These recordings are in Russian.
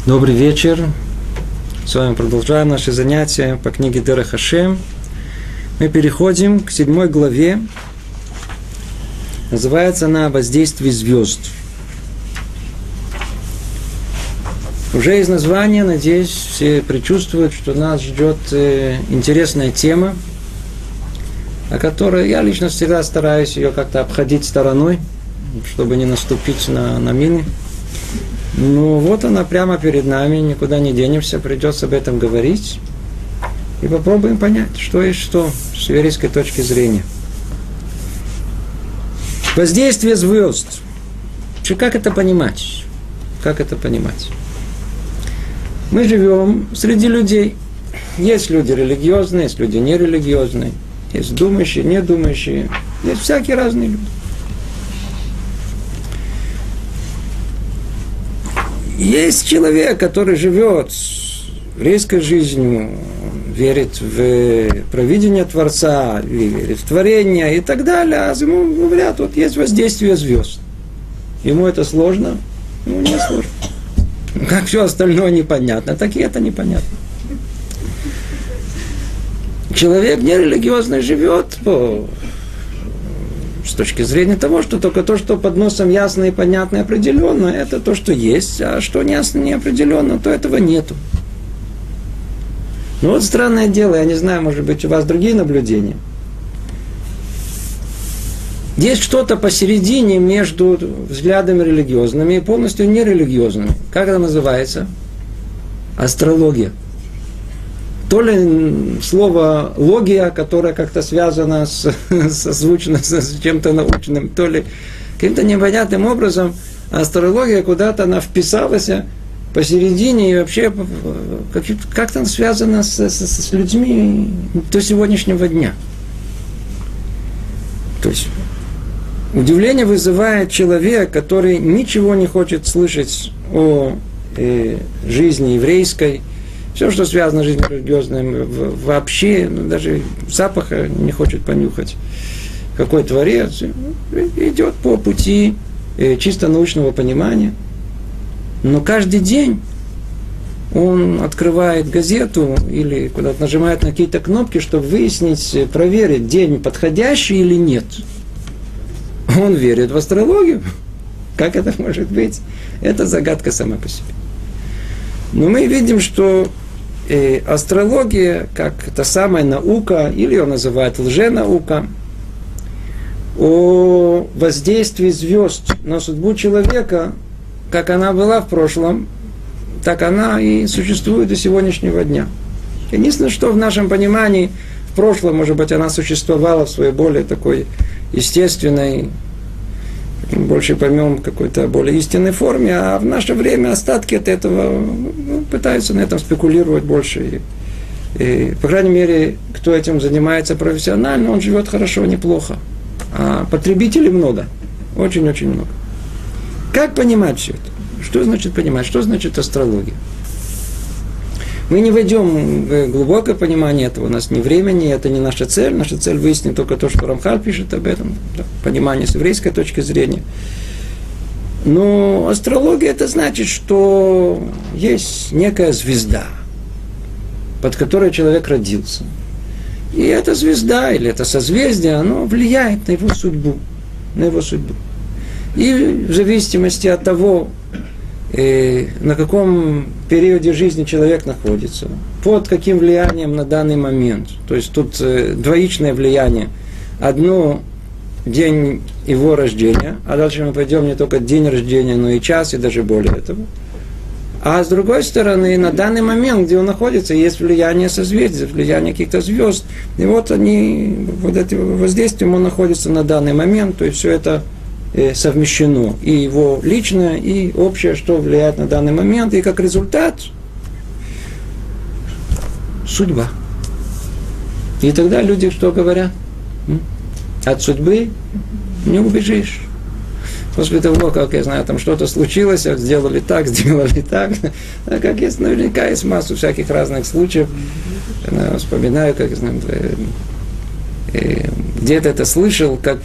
Добрый вечер. С вами продолжаем наши занятия по книге Дерech Хашем. Мы переходим к 7 главе. Называется она «Воздействие звезд». Уже из названия, надеюсь, все предчувствуют, что нас ждет интересная тема, о которой я лично всегда стараюсь ее как-то обходить стороной, чтобы не наступить на мины. Ну, вот она прямо перед нами, никуда не денемся, придется об этом говорить. И попробуем понять, что есть что с еврейской точки зрения. Воздействие звезд. Как это понимать? Как это понимать? Мы живем среди людей. Есть люди религиозные, есть люди нерелигиозные, есть думающие, недумающие, есть всякие разные люди. Есть человек, который живет еврейской жизнью, верит в провидение Творца, верит в творение и так далее, а ему говорят, вот есть воздействие звезд. Ему это сложно? Ну, не сложно. Как все остальное непонятно, так и это непонятно. Человек нерелигиозный живет с точки зрения того, что только то, что под носом ясно и понятно и определенно, это то, что есть, а что не ясно и не определенно, то этого нету. Ну вот странное дело, я не знаю, может быть, у вас другие наблюдения. Есть что-то посередине между взглядами религиозными и полностью нерелигиозными. Как это называется? Астрология. То ли слово «логия», которое как-то связано созвучно с чем-то научным, то ли каким-то непонятным образом астрология куда-то она вписалась посередине и вообще как-то связана с людьми до сегодняшнего дня. То есть удивление вызывает человек, который ничего не хочет слышать о жизни еврейской. Все, что связано с жизнью религиозной, вообще, даже запаха не хочет понюхать. Какой творец идет по пути чисто научного понимания. Но каждый день он открывает газету или куда-то нажимает на какие-то кнопки, чтобы выяснить, проверить, день подходящий или нет. Он верит в астрологию. Как это может быть? Это загадка сама по себе. Но мы видим, что астрология, как та самая наука, или ее называют лженаука, о воздействии звезд на судьбу человека, как она была в прошлом, так она и существует до сегодняшнего дня. Единственное, что в нашем понимании в прошлом, может быть, она существовала в своей более такой естественной, больше поймем, какой-то более истинной форме, а в наше время остатки от этого пытаются на этом спекулировать больше. И, по крайней мере, кто этим занимается профессионально, он живет хорошо, неплохо. А потребителей много, очень-очень много. Как понимать все это? Что значит понимать? Что значит астрология? Мы не войдем в глубокое понимание этого, у нас ни времени, это не наша цель. Наша цель выяснить только то, что Рамхаль пишет об этом, да, понимание с еврейской точки зрения. Но астрология это значит, что есть некая звезда, под которой человек родился. И эта звезда, или это созвездие, оно влияет на его судьбу. На его судьбу. И в зависимости от того, на каком периоде жизни человек находится, под каким влиянием на данный момент. То есть тут двоичное влияние. Одно день его рождения, а дальше мы пойдем не только день рождения, но и час, и даже более этого. А с другой стороны, на данный момент, где он находится, есть влияние созвездий, влияние каких-то звезд. И вот они, вот этим воздействием он находится на данный момент, то есть все это совмещено. И его личное, и общее, что влияет на данный момент. И как результат судьба. И тогда люди что говорят? От судьбы не убежишь. После того, как, я знаю, там что-то случилось, сделали так. А как есть, наверняка есть массу всяких разных случаев. Я вспоминаю, как, я знаю, где-то это слышал, как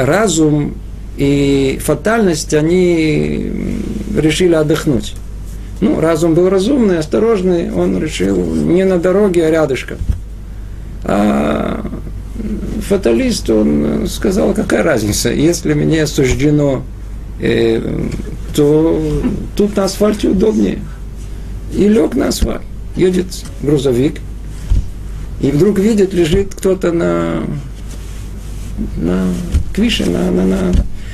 разум и фатальность, они решили отдохнуть. Ну, разум был разумный, осторожный, он решил не на дороге, а рядышком. А фаталист, он сказал, какая разница, если мне суждено, то тут на асфальте удобнее. И лег на асфальт. Едет грузовик, и вдруг видит, лежит кто-то на квише, на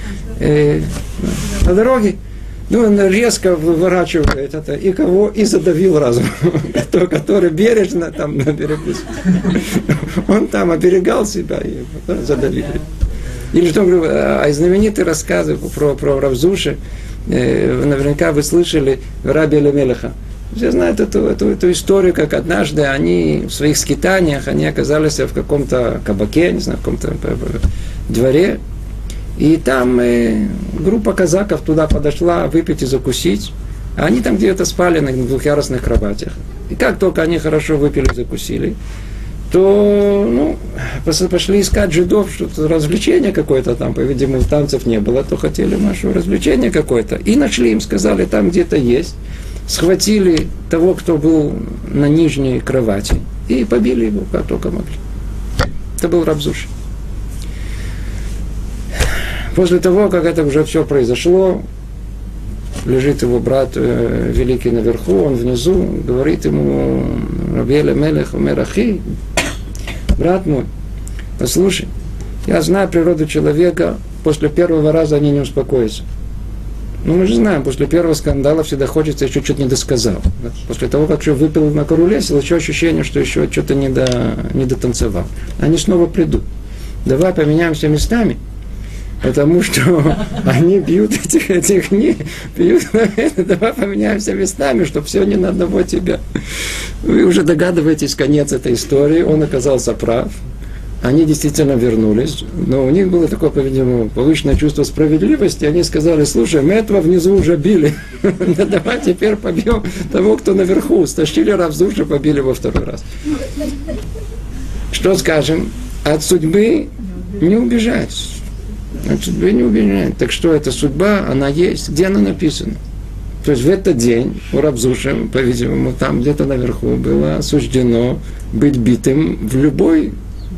дороге. Ну, он резко выворачивает это, и кого? И задавил разум. Который бережно там на берегу. Он там оберегал себя и задавил. Или что, знаменитые рассказы про Рав Зуши, наверняка вы слышали Раби Элимелеха. Все знают эту историю, как однажды они в своих скитаниях, они оказались в каком-то кабаке, не знаю, в каком-то дворе, и там группа казаков туда подошла выпить и закусить, а они там где-то спали на двухъярусных кроватях. И как только они хорошо выпили и закусили, то пошли искать жидов, что-то развлечение какое-то там, по-видимому, танцев не было, то хотели развлечение какое-то. И нашли, им сказали, там где-то есть. Схватили того, кто был на нижней кровати, и побили его, как только могли. Это был Рав Зуши. После того, как это уже все произошло, лежит его брат великий наверху, он внизу, говорит ему, Раби Элимелех умер ахи, брат мой, послушай, я знаю природу человека, после первого раза они не успокоятся. Ну, мы же знаем, после первого скандала всегда хочется еще что-то не досказал. Да? После того, как еще выпил на корулесил, еще ощущение, что еще что-то не дотанцевал. Они снова придут. Давай поменяемся местами, потому что они пьют этих дней, пьют, давай поменяемся местами, чтобы все не на одного тебя. Вы уже догадываетесь конец этой истории, он оказался прав. Они действительно вернулись, но у них было такое, по-видимому, повышенное чувство справедливости. Они сказали, слушай, мы этого внизу уже били, давай теперь побьем того, кто наверху. Стащили Рав Зуши, побили его второй раз. Что скажем? От судьбы не убежать. От судьбы не убежать. Так что эта судьба, она есть. Где она написана? То есть в этот день у Рав Зуши, по-видимому, там где-то наверху было суждено быть битым в любой...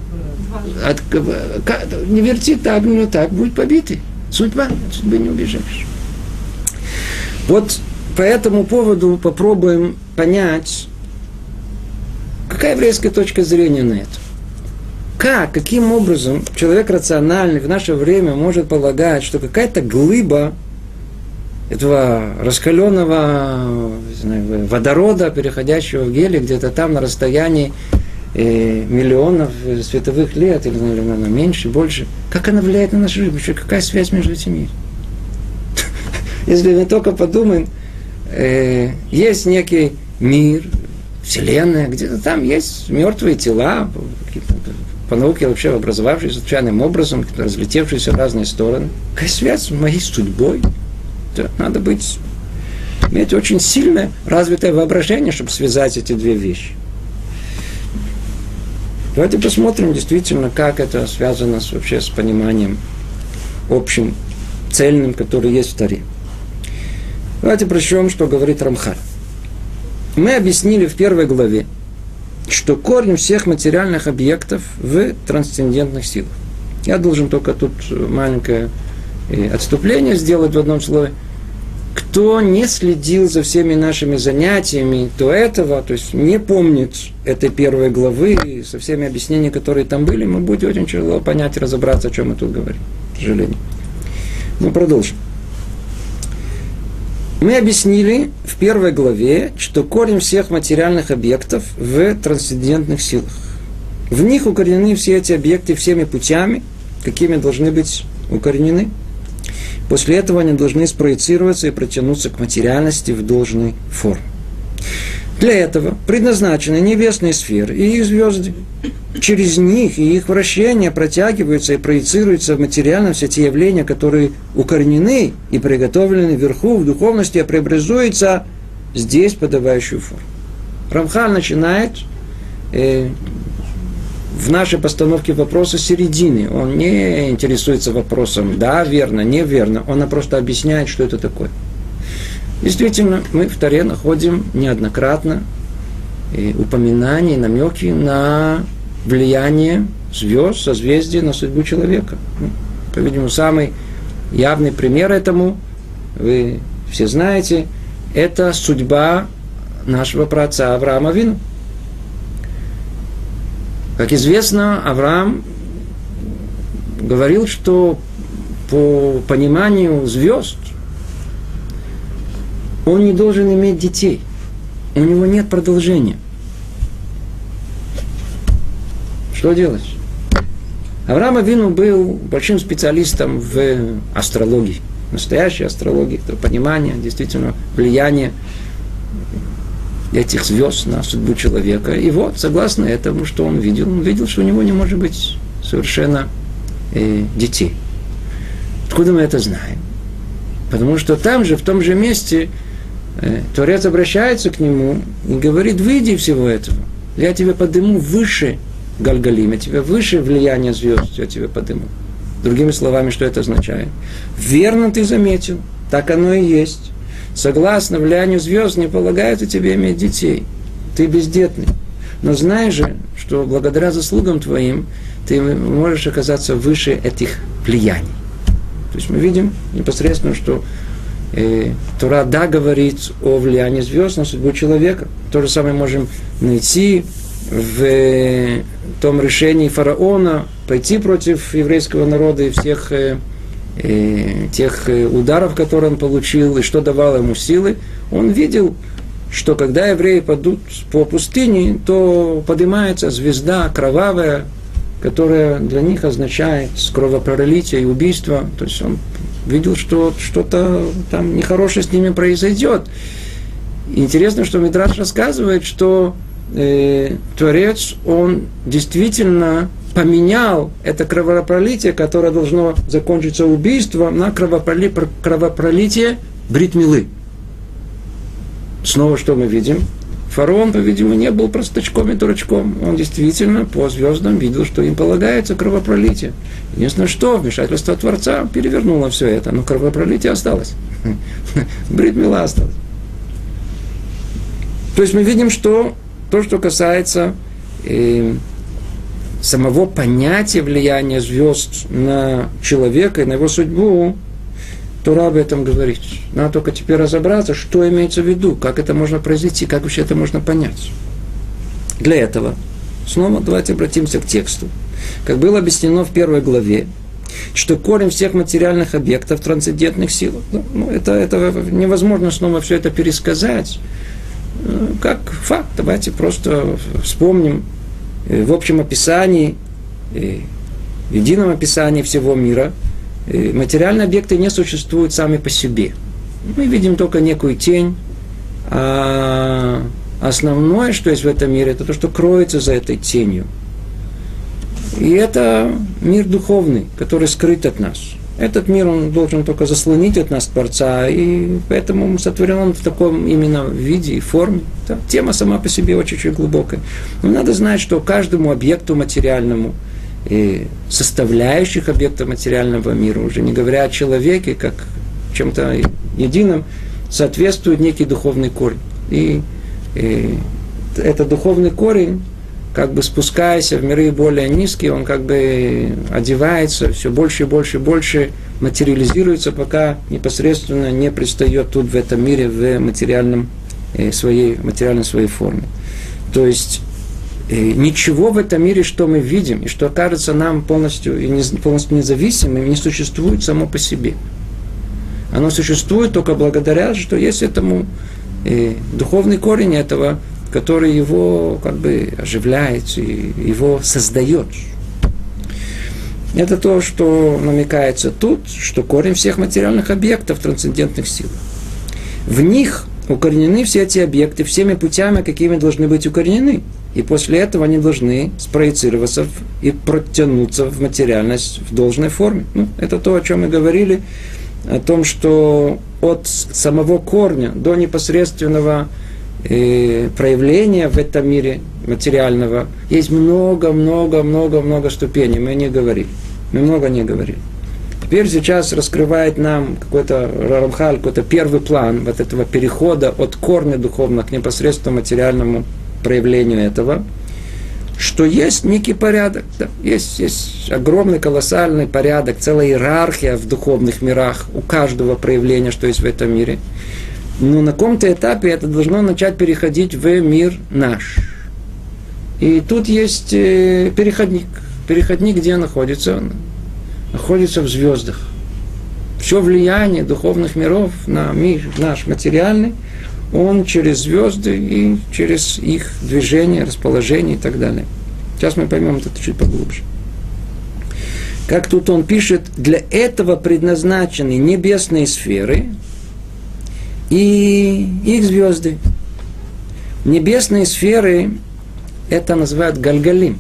не верти так, но так, будет побитый. Судьба, от судьбы не убежишь. Вот по этому поводу попробуем понять, какая еврейская точка зрения на это. Каким образом человек рациональный в наше время может полагать, что какая-то глыба этого раскаленного водорода, переходящего в гелий, где-то там на расстоянии миллионов световых лет, или, наверное, меньше, больше, как она влияет на нашу жизнь? Какая связь между этими? Если мы только подумаем, есть некий мир, Вселенная, где-то там есть мертвые тела, по науке вообще образовавшиеся случайным образом, разлетевшиеся в разные стороны. Какая связь с моей судьбой? Да, надо иметь очень сильное развитое воображение, чтобы связать эти две вещи. Давайте посмотрим действительно, как это связано вообще с пониманием общим, цельным, который есть в Торе. Давайте прочтем, что говорит Рамхаль. Мы объяснили в первой главе, что корень всех материальных объектов в трансцендентных силах. Я должен только тут маленькое отступление сделать в одном слове. Кто не следил за всеми нашими занятиями до этого, то есть не помнит этой первой главы, со всеми объяснениями, которые там были, ему будет очень тяжело понять и разобраться, о чем мы тут говорим, к сожалению. Мы продолжим. Мы объяснили в первой главе, что корень всех материальных объектов в трансцендентных силах. В них укоренены все эти объекты всеми путями, какими должны быть укоренены. После этого они должны спроецироваться и протянуться к материальности в должной форме. Для этого предназначены небесные сферы и их звезды. Через них и их вращение протягиваются и проецируются в материальном все те явления, которые укоренены и приготовлены вверху в духовности, а преобразуются здесь подавающую форму. Рамхаль начинает в нашей постановке вопроса середины. Он не интересуется вопросом, да, верно, неверно. Он просто объясняет, что это такое. Действительно, мы в Торе находим неоднократно упоминания, намеки на влияние звезд, созвездий на судьбу человека. По-видимому, самый явный пример этому, вы все знаете, это судьба нашего праотца Авраама Авину. Как известно, Авраам говорил, что по пониманию звезд он не должен иметь детей. У него нет продолжения. Что делать? Авраам Авину был большим специалистом в астрологии. Настоящей астрологии, это понимание, действительно, влияние этих звезд на судьбу человека. И вот, согласно этому, что он видел, что у него не может быть совершенно детей. Откуда мы это знаем? Потому что там же, в том же месте, Творец обращается к нему и говорит: выйди из всего этого. Я тебя подниму выше Гальгалим, я тебя выше влияния звезд, я тебя подниму. Другими словами, что это означает? Верно ты заметил, так оно и есть. Согласно влиянию звезд, не полагается тебе иметь детей. Ты бездетный. Но знай же, что благодаря заслугам твоим ты можешь оказаться выше этих влияний. То есть мы видим непосредственно, что Тора говорит о влиянии звезд на судьбу человека. То же самое можем найти в том решении фараона пойти против еврейского народа и всех тех ударов, которые он получил, и что давало ему силы. Он видел, что когда евреи пойдут по пустыне, то поднимается звезда кровавая, которая для них означает кровопролитие и убийство. То есть он видел, что что-то там нехорошее с ними произойдет. Интересно, что Мидраш рассказывает, что Творец, он действительно поменял это кровопролитие, которое должно закончиться убийством, на кровопролитие брит милы. Снова что мы видим? Фараон, по-видимому, не был простачком и дурачком. Он действительно по звездам видел, что им полагается кровопролитие. Единственное, что вмешательство Творца перевернуло все это, но кровопролитие осталось. Брит мила осталось. То есть мы видим, что то, что касается самого понятия влияния звезд на человека и на его судьбу, Тора об этом говорит. Надо только теперь разобраться, что имеется в виду, как это можно произойти, как вообще это можно понять. Для этого снова давайте обратимся к тексту. Как было объяснено в первой главе, что корень всех материальных объектов трансцендентных сил. Это невозможно снова все это пересказать. Как факт, давайте просто вспомним в общем описании, в едином описании всего мира, материальные объекты не существуют сами по себе. Мы видим только некую тень, а основное, что есть в этом мире, это то, что кроется за этой тенью. И это мир духовный, который скрыт от нас. Этот мир, он должен только заслонить от нас Творца, и поэтому сотворен он в таком именно виде и форме. Да, тема сама по себе очень глубокая. Но надо знать, что каждому объекту материальному, и составляющих объекта материального мира, уже не говоря о человеке, как чем-то едином, соответствует некий духовный корень. И этот духовный корень, как бы спускаясь в миры более низкие, он как бы одевается, все больше и больше и больше материализируется, пока непосредственно не предстает тут в этом мире в материальной своей форме. То есть ничего в этом мире, что мы видим, и что кажется нам полностью независимым, не существует само по себе. Оно существует только благодаря, что есть этому духовный корень этого, который его как бы оживляет и его создает. Это то, что намекается тут, что корень всех материальных объектов трансцендентных сил. В них укоренены все эти объекты всеми путями, какими должны быть укоренены. И после этого они должны спроецироваться и протянуться в материальность в должной форме. Это то, о чем мы говорили, о том, что от самого корня до непосредственного проявления в этом мире материального есть много ступеней. Мы много не говорили. Теперь сейчас раскрывает нам какой-то Рамхаль, какой-то первый план вот этого перехода от корня духовного к непосредственно материальному проявлению этого, что есть некий порядок, да, есть огромный, колоссальный порядок, целая иерархия в духовных мирах у каждого проявления, что есть в этом мире. Но на каком-то этапе это должно начать переходить в мир наш. И тут есть переходник. Переходник где находится? Он находится в звездах. Все влияние духовных миров на мир наш материальный, он через звезды и через их движение, расположение и так далее. Сейчас мы поймем это чуть поглубже. Как тут он пишет, для этого предназначены небесные сферы и их звезды. Небесные сферы, это называют гальгалим.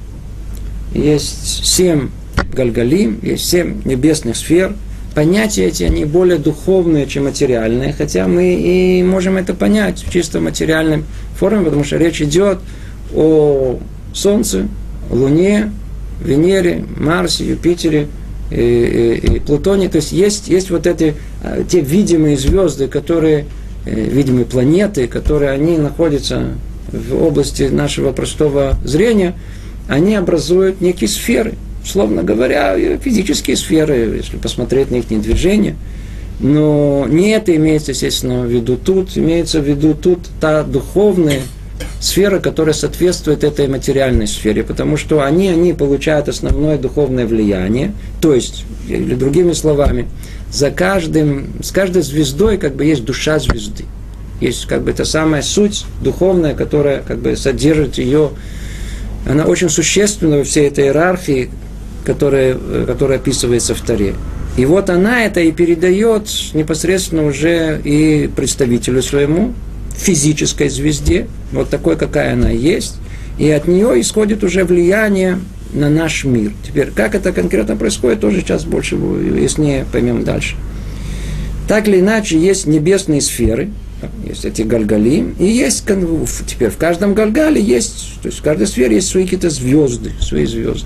Есть 7 гальгалим, есть 7 небесных сфер. Понятия эти, они более духовные, чем материальные, хотя мы и можем это понять в чисто материальной форме, потому что речь идет о Солнце, Луне, Венере, Марсе, Юпитере и Плутоне. То есть есть вот эти, те видимые звезды, которые, видимые планеты, которые они находятся в области нашего простого зрения, они образуют некие сферы. Условно говоря, физические сферы, если посмотреть на их движение. Но не это имеется, естественно, в виду тут. Имеется в виду тут та духовная сфера, которая соответствует этой материальной сфере. Потому что они получают основное духовное влияние. То есть, или другими словами, с каждой звездой как бы есть душа звезды. Есть как бы эта самая суть духовная, которая как бы содержит ее. Она очень существенна во всей этой иерархии, которая описывается в Торе. И вот она это и передает непосредственно уже и представителю своему, физической звезде, вот такой, какая она есть, и от нее исходит уже влияние на наш мир. Теперь, как это конкретно происходит, тоже сейчас больше яснее поймем дальше. Так или иначе, есть небесные сферы, есть эти гальгалим, и есть, теперь в каждом гальгале есть, то есть в каждой сфере есть свои какие-то звезды, свои звезды.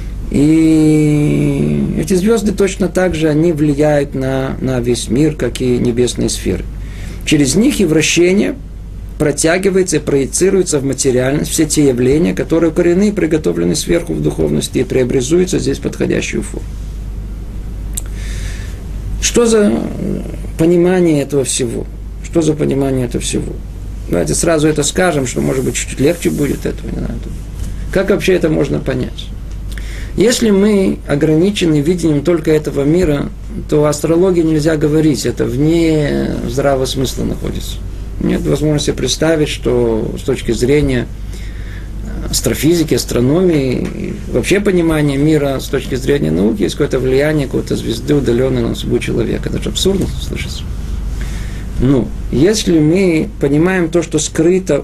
И эти звезды точно так же, они влияют на весь мир, как и небесные сферы. Через них и вращение протягивается и проецируется в материальность все те явления, которые укорены и приготовлены сверху в духовности и преобразуются здесь в подходящую форму. Что за понимание этого всего? Что за понимание этого всего? Давайте сразу это скажем, что, может быть, чуть-чуть легче будет этого, не знаю. Как вообще это можно понять? Если мы ограничены видением только этого мира, то о астрологии нельзя говорить, это вне здравого смысла находится. Нет возможности представить, что с точки зрения астрофизики, астрономии, вообще понимания мира с точки зрения науки есть какое-то влияние какой-то звезды, удаленной на судьбу человека. Это же абсурдно слышится. Ну, если мы понимаем то, что скрыто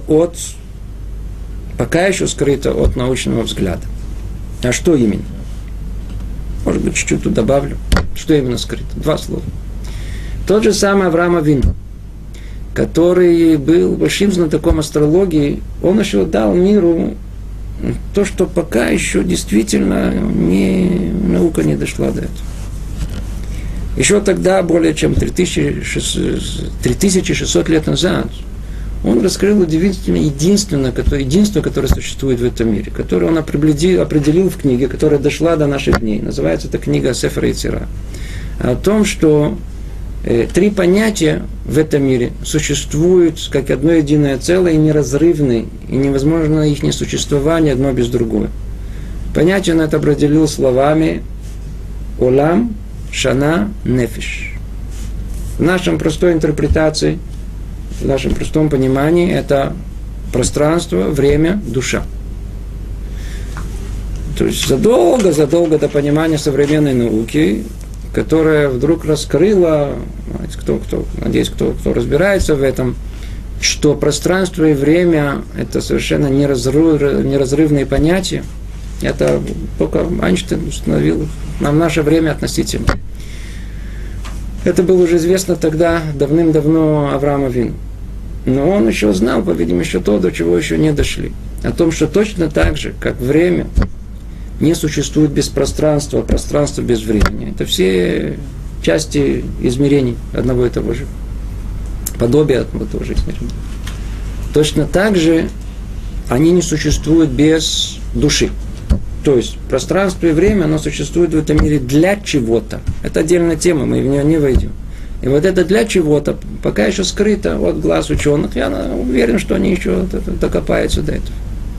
пока еще скрыто от научного взгляда, а что именно? Может быть, чуть-чуть тут добавлю. Что именно скрыто? 2 слова. Тот же самый Авраам Авину, который был большим знатоком астрологии, он еще дал миру то, что пока еще действительно наука не дошла до этого. Еще тогда, более чем 3600 лет назад, он раскрыл единство, которое существует в этом мире, которое он определил в книге, которая дошла до наших дней. Называется эта книга Сефер Йецира. О том, что 3 понятия в этом мире существуют как одно единое целое и неразрывны, и невозможно их несуществование одно без другого. Понятие он это определил словами «Олам, Шана, Нефиш». В нашем простой интерпретации, в нашем простом понимании, это пространство, время, душа. То есть задолго до понимания современной науки, которая вдруг раскрыла, надеюсь, кто разбирается в этом, что пространство и время – это совершенно неразрывные понятия. Это только Эйнштейн установил нам в наше время относительно. Это было уже известно тогда, давным-давно Аврааму Авину. Но он еще знал, по-видимому, еще то, до чего еще не дошли. О том, что точно так же, как время не существует без пространства, пространство без времени. Это все части измерений одного и того же. Подобие одного и того же измерения. Точно так же они не существуют без души. То есть пространство и время, оно существует в этом мире для чего-то. Это отдельная тема, мы в нее не войдем. И вот это для чего-то пока еще скрыто от глаз ученых. Я уверен, что они еще докопаются до этого.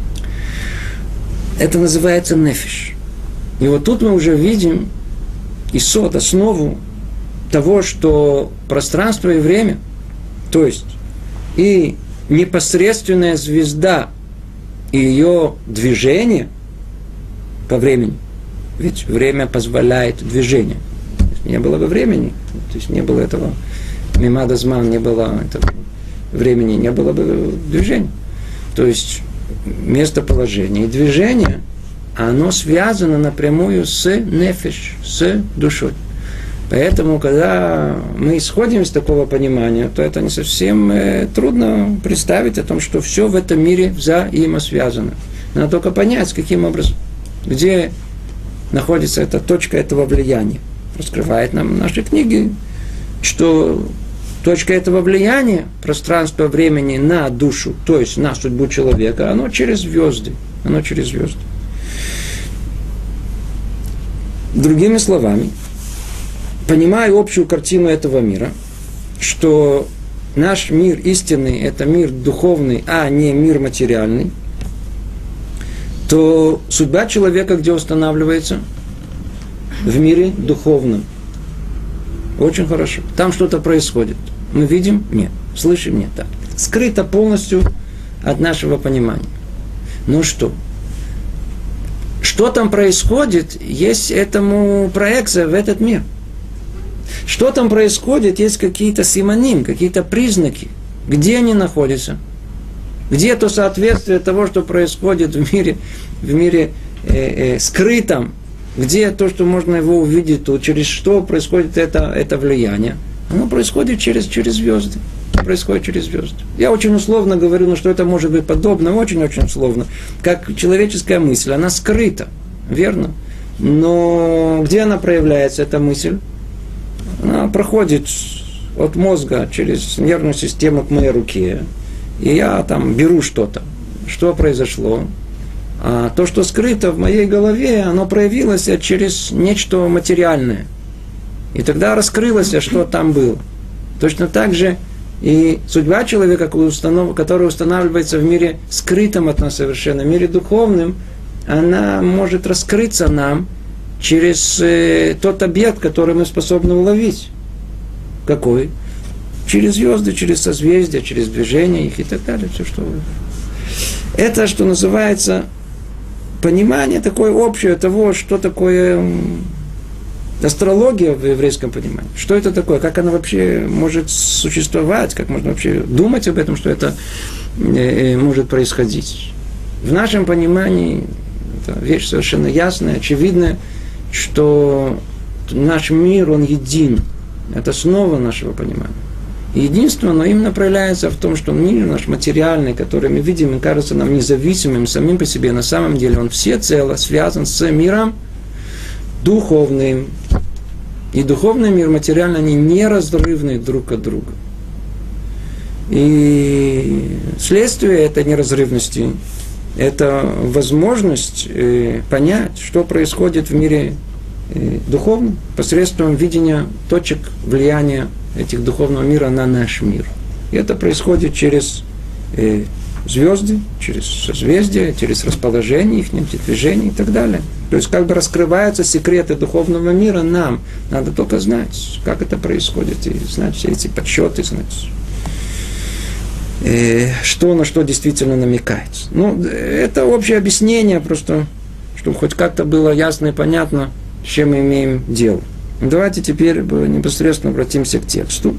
Это называется нефиш. И вот тут мы уже видим исод, основу того, что пространство и время, то есть и непосредственная звезда и ее движение по времени, ведь время позволяет движение. Не было бы времени, то есть не было этого мимада зман, не было этого времени, не было бы движения. То есть местоположение и движение, оно связано напрямую с нефиш, с душой. Поэтому, когда мы исходим из такого понимания, то это не совсем трудно представить о том, что все в этом мире взаимосвязано. Надо только понять, каким образом, где находится эта точка этого влияния. Раскрывает нам наши книги, что точка этого влияния, пространство времени на душу, то есть на судьбу человека, оно через звезды. Оно через звезды. Другими словами, понимая общую картину этого мира, что наш мир истинный – это мир духовный, а не мир материальный, то судьба человека где устанавливается? В мире духовном. Очень хорошо. Там что-то происходит. Мы видим? Нет. Слышим? Нет. Так. Скрыто полностью от нашего понимания. Ну что? Что там происходит, есть этому проекция в этот мир. Что там происходит, есть какие-то симоним, какие-то признаки. Где они находятся? Где то соответствие того, что происходит в мире скрытом, где то, что можно его увидеть, то через что происходит это влияние. Оно происходит через звезды. Происходит через звезды. Я очень условно говорю, что это может быть подобно, очень-очень условно, как человеческая мысль, она скрыта, верно? Но где она проявляется, эта мысль? Она проходит от мозга через нервную систему к моей руке, и я там беру что-то. Что произошло? А то, что скрыто в моей голове, оно проявилось через нечто материальное. И тогда раскрылось, что там было. Точно так же и судьба человека, которая устанавливается в мире скрытом от нас совершенно, в мире духовном, она может раскрыться нам через тот объект, который мы способны уловить. Какой? Через звезды, через созвездия, через движение их и так далее. Все, что вы. Это, что называется, понимание такое общее того, что такое астрология в еврейском понимании. Что это такое? Как она вообще может существовать? Как можно вообще думать об этом, что это может происходить? В нашем понимании это вещь совершенно ясная, очевидная, что наш мир, он един. Это основа нашего понимания. И единство, оно именно проявляется в том, что мир наш материальный, который мы видим, и кажется нам независимым самим по себе, на самом деле он всецело связан с миром духовным. И духовный мир, материальный, они неразрывны друг от друга. И следствие этой неразрывности – это возможность понять, что происходит в мире духовном, посредством видения точек влияния этих духовного мира на наш мир. И это происходит через звезды, через созвездия, через расположение их, движение и так далее. То есть как бы раскрываются секреты духовного мира нам. Надо только знать, как это происходит, и знать все эти подсчеты, знать, что на что действительно намекается. Ну, это общее объяснение, просто, чтобы хоть как-то было ясно и понятно, с чем мы имеем дело. Давайте теперь непосредственно обратимся к тексту.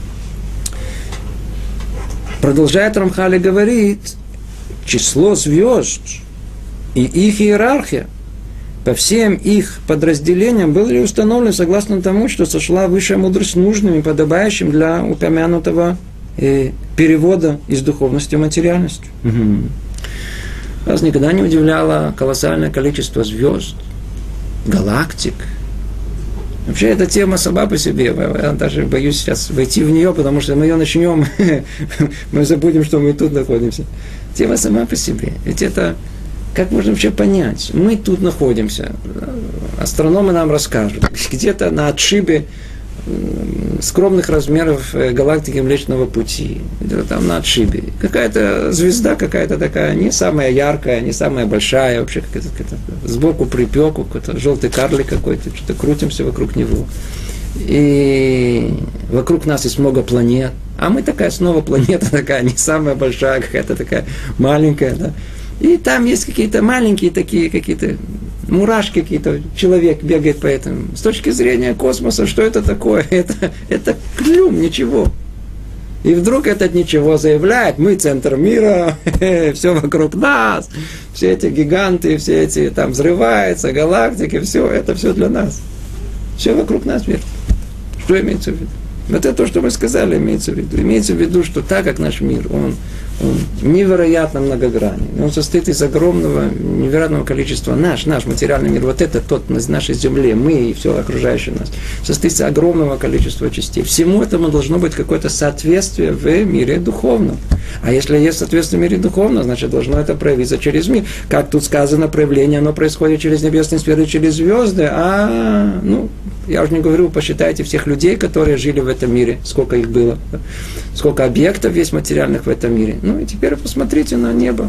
Продолжает Рамхаль и говорит, число звезд и их иерархия по всем их подразделениям были установлены согласно тому, что сошла высшая мудрость нужным и подобающим для упомянутого перевода из духовности в материальность. Вас никогда не удивляло колоссальное количество звезд, галактик? Вообще, эта тема сама по себе, я даже боюсь сейчас войти в нее, потому что мы ее начнем, мы забудем, что мы тут находимся. Тема сама по себе. Ведь это, как можно вообще понять? Мы тут находимся, астрономы нам расскажут, где-то на отшибе скромных размеров галактики Млечного Пути, где-то там на отшибе. Какая-то звезда, какая-то такая, не самая яркая, не самая большая, вообще какая-то сбоку припеку, какой-то желтый карлик какой-то, что-то крутимся вокруг него. И вокруг нас есть много планет, а мы такая снова планета такая, не самая большая, какая-то такая маленькая, да. И там есть какие-то маленькие такие, какие-то мурашки какие-то, человек бегает по этому. С точки зрения космоса, что это такое? Это клюм, ничего. И вдруг этот ничего заявляет, мы центр мира, все вокруг нас, все эти гиганты, все эти там взрываются, галактики, все, это все для нас. Все вокруг нас мир. Что имеется в виду? Вот это то, что мы сказали, имеется в виду. Имеется в виду, что так как наш мир, он невероятно многогранен. Он состоит из огромного, невероятного количества. Наш материальный мир, вот это тот на нашей земле, мы и все окружающее нас, состоит из огромного количества частей. Всему этому должно быть какое-то соответствие в мире духовном. А если есть соответствие в мире духовном, значит, должно это проявиться через мир. Как тут сказано, проявление, оно происходит через небесные сферы, через звезды. Я уже не говорю, посчитайте всех людей, которые жили в этом мире, сколько их было, сколько объектов есть материальных в этом мире. Ну и теперь посмотрите на небо.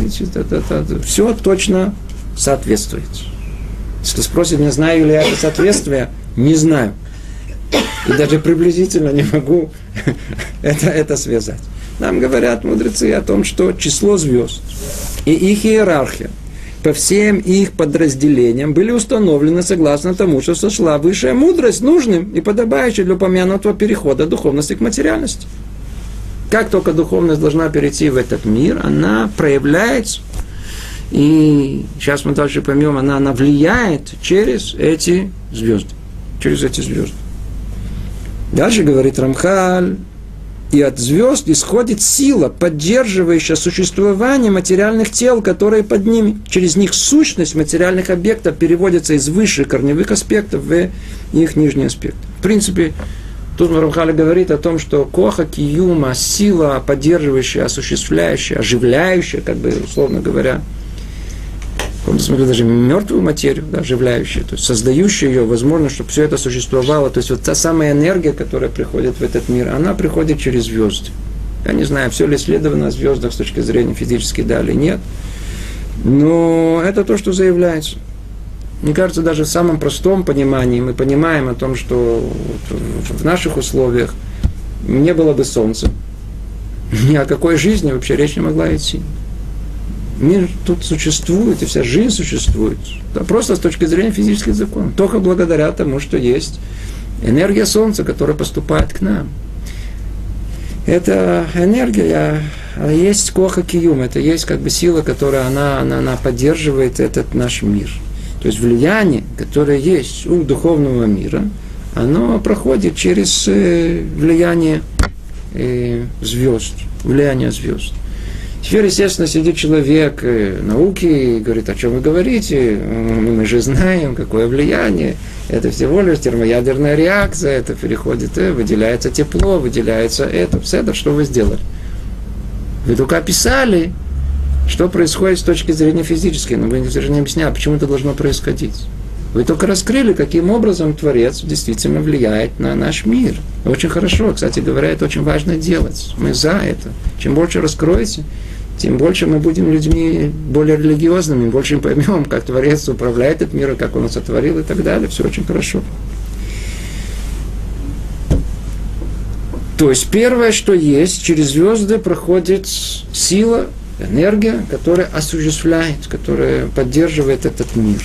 Все точно соответствует. Если спросите, не знаю ли я это соответствие, не знаю. И даже приблизительно не могу это связать. Нам говорят мудрецы о том, что число звезд и их иерархия по всем их подразделениям были установлены согласно тому, что сошла высшая мудрость нужным и подобающей для упомянутого перехода духовности к материальности. Как только духовность должна перейти в этот мир, она проявляется, и сейчас мы дальше поймем, она влияет через эти звезды. Через эти звезды. Дальше говорит Рамхаль, и от звезд исходит сила, поддерживающая существование материальных тел, которые под ними. Через них сущность материальных объектов переводится из высших корневых аспектов в их нижние аспекты. В принципе, тут Рамхаль говорит о том, что коха киюма, сила, поддерживающая, осуществляющая, оживляющая, как бы, условно говоря, в каком-то смысле даже мертвую материю, да, оживляющую, то есть создающую ее, возможно, чтобы все это существовало. То есть вот та самая энергия, которая приходит в этот мир, она приходит через звезды. Я не знаю, все ли исследовано о звездах с точки зрения физической, да или нет, но это то, что заявляется. Мне кажется, даже в самом простом понимании мы понимаем о том, что в наших условиях не было бы солнца, ни о какой жизни вообще речь не могла идти. Мир тут существует, и вся жизнь существует. Да, просто с точки зрения физических законов. Только благодаря тому, что есть энергия Солнца, которая поступает к нам. Эта энергия, есть коха киюм, это есть как бы сила, которая она поддерживает этот наш мир. То есть влияние, которое есть у духовного мира, оно проходит через влияние звезд, влияние звезд. Теперь, естественно, сидит человек науки и говорит, о чем вы говорите, мы же знаем, какое влияние, это всего лишь термоядерная реакция, это переходит, выделяется тепло, выделяется это, все это, что вы сделали. Вы только описали, что происходит с точки зрения физической, но вы даже не объясняли, почему это должно происходить. Вы только раскрыли, каким образом Творец действительно влияет на наш мир. Очень хорошо, кстати говоря, это очень важно делать. Мы за это. Чем больше раскроете, тем больше мы будем людьми более религиозными, больше поймем, как Творец управляет этим миром, как Он его сотворил и так далее. Все очень хорошо. То есть первое, что есть, через звезды проходит сила, энергия, которая осуществляет, которая поддерживает этот мир.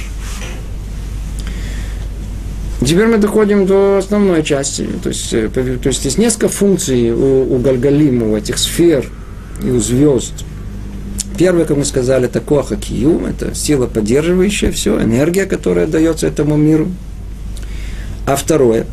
Теперь мы доходим до основной части. То есть есть несколько функций у Гальгалим, у этих сфер и у звезд. Первое, как мы сказали, это коха киюм, это сила, поддерживающая все, энергия, которая дается этому миру. А второе,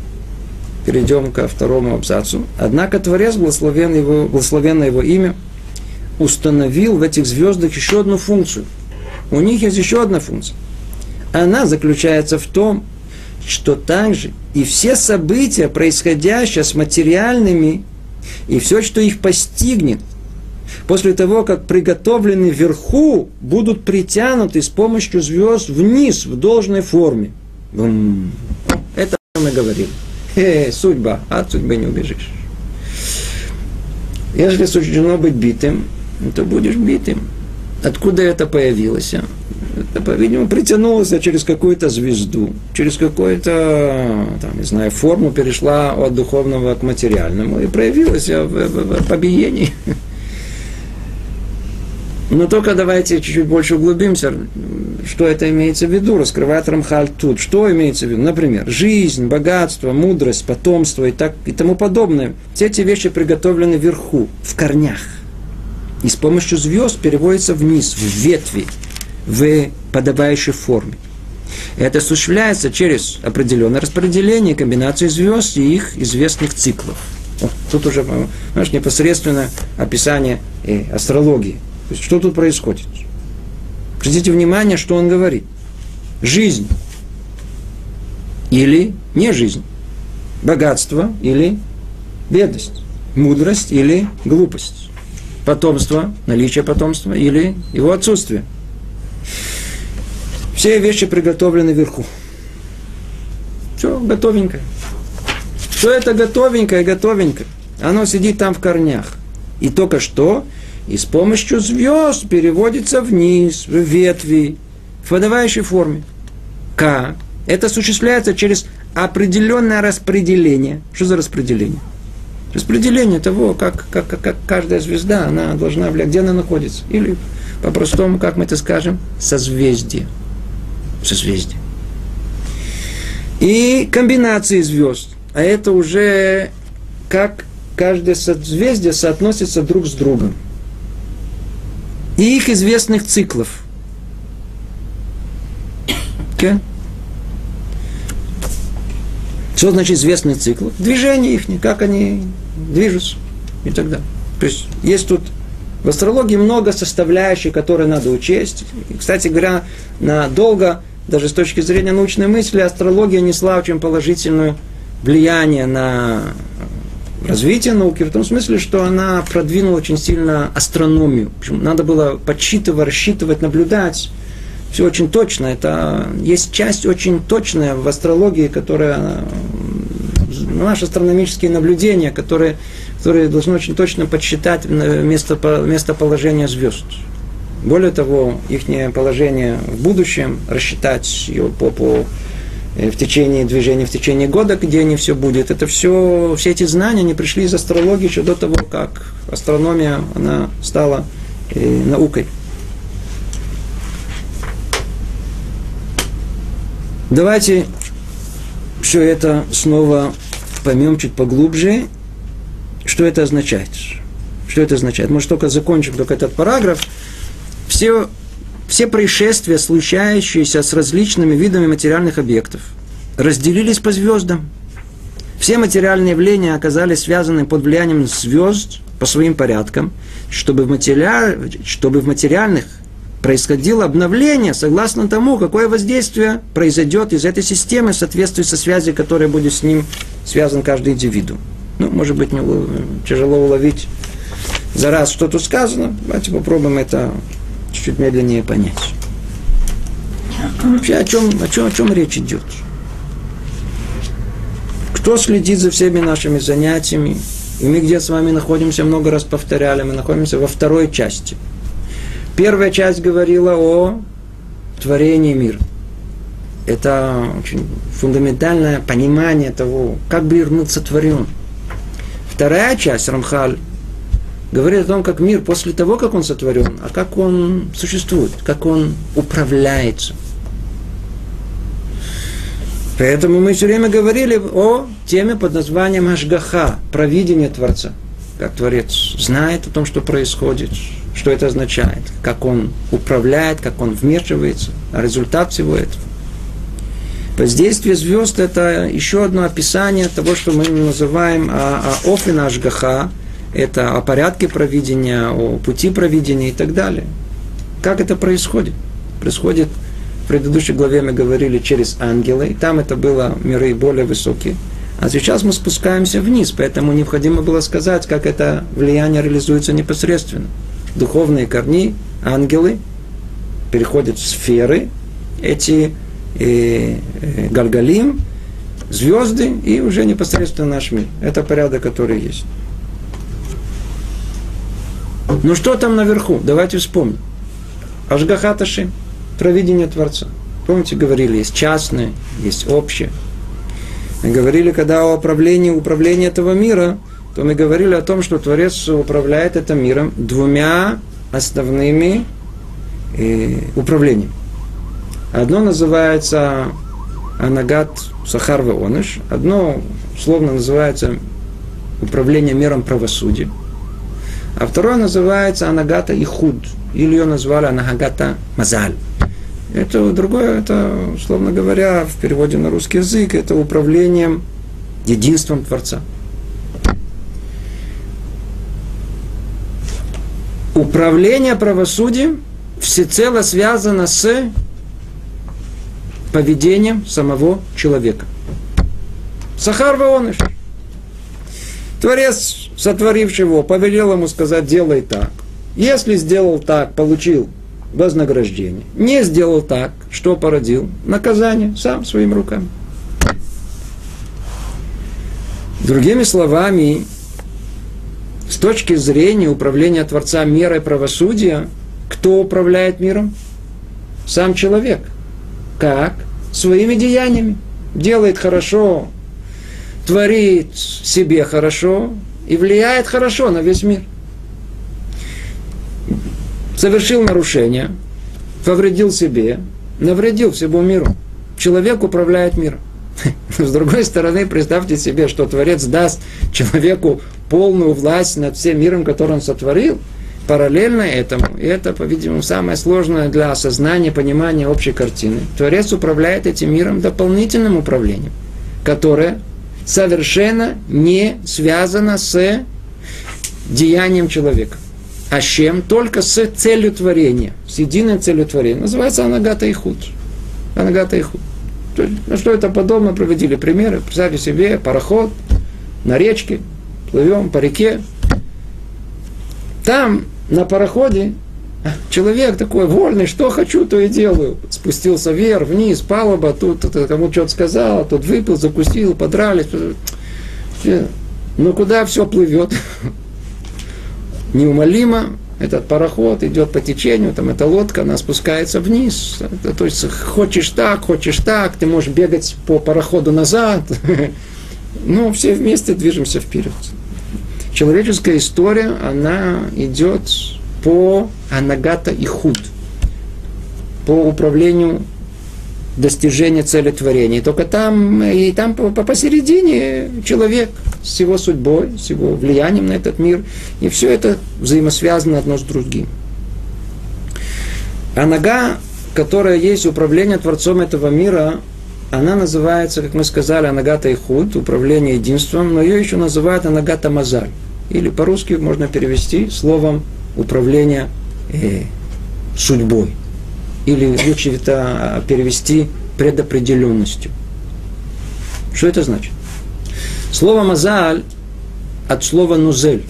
перейдем ко второму абзацу. Однако Творец, благословенно его имя, установил в этих звездах еще одну функцию. У них есть еще одна функция. Она заключается в том, что также и все события, происходящие с материальными, и все, что их постигнет, после того, как приготовлены вверху, будут притянуты с помощью звезд вниз в должной форме. Это мы говорим. Судьба, от судьбы не убежишь. Если суждено быть битым, то будешь битым. Откуда это появилось? Это, по-видимому, притянулось через какую-то звезду, через какую-то, там, не знаю, форму перешла от духовного к материальному и проявилось в побиении. Но только давайте чуть-чуть больше углубимся, что это имеется в виду, раскрывает Рамхаль тут. Что имеется в виду? Например, жизнь, богатство, мудрость, потомство и тому подобное. Все эти вещи приготовлены вверху, в корнях. И с помощью звезд переводятся вниз, в ветви, в подобающей форме. Это осуществляется через определенное распределение, комбинацию звезд и их известных циклов. Тут уже, понимаешь, непосредственно описание астрологии. То есть, что тут происходит? Обратите внимание, что он говорит. Жизнь или не жизнь. Богатство или бедность. Мудрость или глупость. Потомство, наличие потомства или его отсутствие. Все вещи приготовлены вверху. Все готовенькое. Все это готовенькое. Оно сидит там в корнях. И только что и с помощью звезд переводится вниз, в ветви, в подобающей форме. Как? Это осуществляется через определенное распределение. Что за распределение? Распределение того, как каждая звезда, она должна влиять, где она находится. Или, по-простому, как мы это скажем, созвездие. Созвездие. И комбинации звезд. А это уже как каждое созвездие соотносится друг с другом. И их известных циклов. Okay? Что значит известные циклы? Движение их, как они движутся и так далее. То есть есть тут в астрологии много составляющих, которые надо учесть. И, кстати говоря, надолго, даже с точки зрения научной мысли, астрология несла очень положительное влияние на развитие науки, в том смысле, что она продвинула очень сильно астрономию. Надо было подсчитывать, рассчитывать, наблюдать. Все очень точно. Это есть часть очень точная в астрологии, которая наши астрономические наблюдения, которые должны очень точно подсчитать местоположение звезд. Более того, их положение в будущем, рассчитать ее в течение движения, в течение года, где они все будет. Это все эти знания, они пришли из астрологии еще до того, как астрономия, она стала наукой. Давайте все это снова поймем чуть поглубже, что это означает. Что это означает? Может, только закончим только этот параграф. Все происшествия, случающиеся с различными видами материальных объектов, разделились по звездам. Все материальные явления оказались связаны под влиянием звезд по своим порядкам, чтобы в материальных происходило обновление согласно тому, какое воздействие произойдет из этой системы в соответствии со связью, которая будет с ним связан каждый индивидуум. Может быть, тяжело уловить за раз, что тут сказано. Давайте попробуем это чуть-чуть медленнее понять. Вообще, о чем речь идет? Кто следит за всеми нашими занятиями? И мы где с вами находимся, много раз повторяли, мы находимся во второй части. Первая часть говорила о творении мира. Это очень фундаментальное понимание того, как мир был сотворен. Вторая часть, Рамхаль, говорит о том, как мир после того, как он сотворен, а как он существует, как он управляется. Поэтому мы все время говорили о теме под названием Ашгаха, провидение Творца. Как Творец знает о том, что происходит, что это означает, как он управляет, как он вмешивается, а результат всего этого. Воздействие звезд – это еще одно описание того, что мы называем офен Ашгаха, это о порядке провидения, о пути провидения и так далее. Как это происходит? Происходит, в предыдущей главе мы говорили, через ангелы, там это было миры более высокие. А сейчас мы спускаемся вниз, поэтому необходимо было сказать, как это влияние реализуется непосредственно. Духовные корни, ангелы, переходят в сферы, эти Гальгалим, звезды и уже непосредственно наш мир. Это порядок, который есть. Ну что там наверху? Давайте вспомним. Ашгахат Ашем, провидение Творца. Помните, говорили, есть частное, есть общее. Мы говорили, когда о управлении этого мира, то мы говорили о том, что Творец управляет этим миром двумя основными управлениями. Одно называется Анагат Сахар Веоныш, одно условно называется управление миром правосудия, а второе называется Анагата Ихуд, или ее назвали Анагата Мазаль. Это другое, это, условно говоря, в переводе на русский язык, это управлением единством Творца. Управление правосудием всецело связано с поведением самого человека. Сахар Веоныш. Творец, сотворивший его, повелел ему сказать: делай так. Если сделал так, получил вознаграждение. Не сделал так, что породил? Наказание сам своими руками. Другими словами, с точки зрения управления Творца мерой правосудия, кто управляет миром? Сам человек. Как? Своими деяниями. Делает хорошо, творит себе хорошо и влияет хорошо на весь мир. Совершил нарушение, повредил себе, навредил всему миру. Человек управляет миром. С другой стороны, представьте себе, что Творец даст человеку полную власть над всем миром, который он сотворил. Параллельно этому, и это, по-видимому, самое сложное для осознания, понимания общей картины, Творец управляет этим миром дополнительным управлением, которое совершенно не связано с деянием человека. А с чем? Только с целью творения, с единой целью творения. Называется Анагата Ихуд. Анагата Ихуд. На что это подобно, проводили примеры. Представьте себе пароход на речке, плывем по реке. Там, на пароходе, человек такой вольный, что хочу, то и делаю. Спустился вверх, вниз, палуба, тут кому что-то сказал, тут выпил, закусил, подрались. Ну куда все плывет? Неумолимо этот пароход идет по течению, там эта лодка, она спускается вниз. То есть хочешь так, ты можешь бегать по пароходу назад. Но все вместе движемся вперед. Человеческая история, она идет по Анагата Ихуд, по управлению достижения цели творения. И только там посередине человек с его судьбой, с его влиянием на этот мир. И все это взаимосвязано одно с другим. Анага, которая есть управление Творцом этого мира, она называется, как мы сказали, Анагата Ихуд, управление единством, но ее еще называют Анагата Мазаль. Или по-русски можно перевести словом управление судьбой. Или лучше это перевести предопределенностью. Что это значит? Слово «мазаль» от слова «нузель».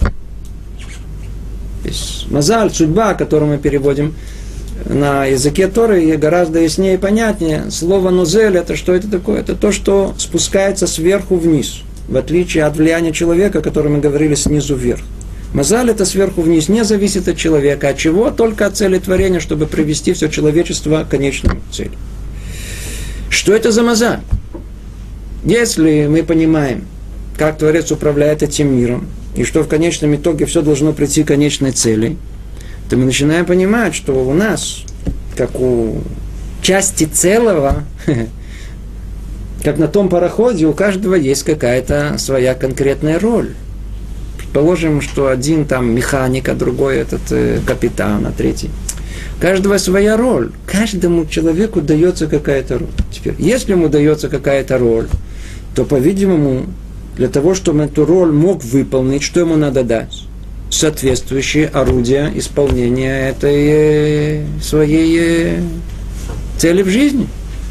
Мазаль, судьба, которую мы переводим на языке Торы, гораздо яснее и понятнее. Слово «нузель» это что это такое? Это то, что спускается сверху вниз, в отличие от влияния человека, о котором мы говорили снизу вверх. Мазаль это сверху вниз, не зависит от человека. От чего? Только от цели творения, чтобы привести все человечество к конечной цели. Что это за мазаль? Если мы понимаем, как Творец управляет этим миром, и что в конечном итоге все должно прийти к конечной цели, то мы начинаем понимать, что у нас, как у части целого, как на том пароходе, у каждого есть какая-то своя конкретная роль. Предположим, что один там механик, а другой этот капитан, а третий. У каждого своя роль. Каждому человеку дается какая-то роль. Теперь, если ему дается какая-то роль, то, по-видимому, для того, чтобы эту роль мог выполнить, что ему надо дать? соответствующее орудие исполнения этой своей цели в жизни.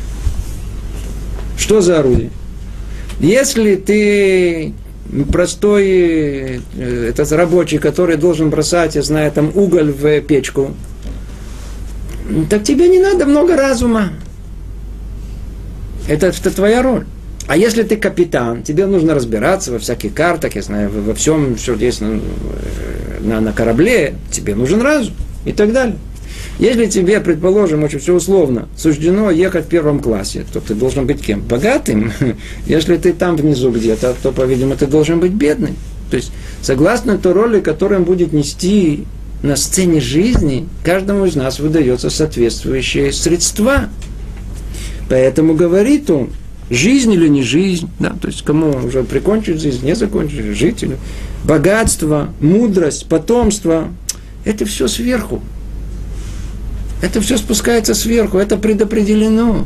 Что за орудие? Если ты простой этот рабочий, который должен бросать, я знаю, там уголь в печку, так тебе не надо много разума. Это твоя роль. А если ты капитан, тебе нужно разбираться во всяких картах, я знаю, во всем, что есть на корабле, тебе нужен разум и так далее. Если тебе, предположим, очень все условно, суждено ехать в первом классе, то ты должен быть кем? Богатым. Если ты там внизу где-то, то, по-видимому, ты должен быть бедным. То есть, согласно той роли, которую он будет нести на сцене жизни, каждому из нас выдается соответствующие средства. Поэтому говорит он, жизнь или не жизнь, да, то есть кому уже прикончить жизнь, не закончить, жить или богатство, мудрость, потомство, это все сверху. Это все спускается сверху, это предопределено.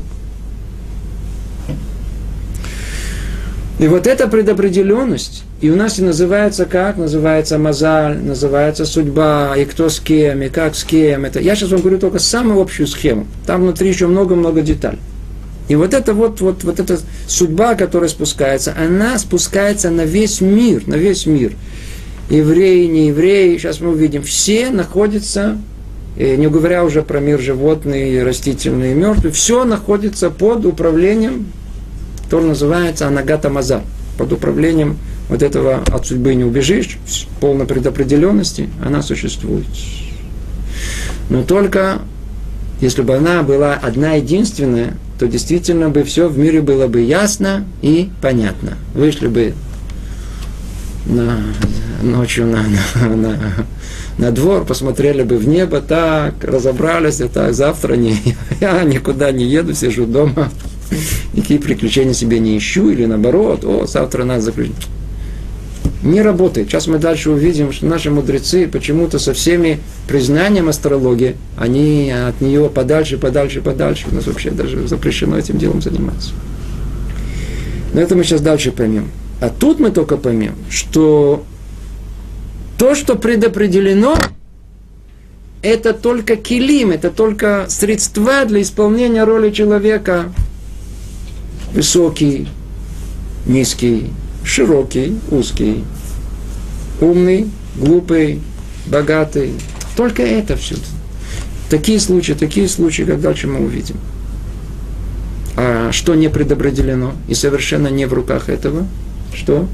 И вот эта предопределенность, и у нас и называется как? Называется мазаль, называется судьба, и кто с кем, и как с кем. Это. Я сейчас вам говорю только самую общую схему. Там внутри еще много-много деталей. И вот эта эта судьба, которая спускается, она спускается на весь мир, на весь мир. Евреи, не евреи, сейчас мы увидим, все находятся, не говоря уже про мир животный, растительный и мертвый, все находится под управлением, который называется анагата мазаль, под управлением вот этого от судьбы не убежишь, полной предопределенности, она существует. Но только если бы она была одна единственная, то действительно бы все в мире было бы ясно и понятно. Вышли бы ночью на двор, посмотрели бы в небо, так, разобрались, так, завтра я никуда не еду, сижу дома, никакие приключения себе не ищу, или наоборот, завтра надо заключить. Не работает. Сейчас мы дальше увидим, что наши мудрецы почему-то со всеми признанием астрологии, они от нее подальше. У нас вообще даже запрещено этим делом заниматься. Но это мы сейчас дальше поймем. А тут мы только поймем, что то, что предопределено, это только килим, это только средства для исполнения роли человека. Высокий, низкий, широкий, узкий, умный, глупый, богатый. Только это все. Такие случаи, как дальше мы увидим. А что не предопределено и совершенно не в руках этого? Что?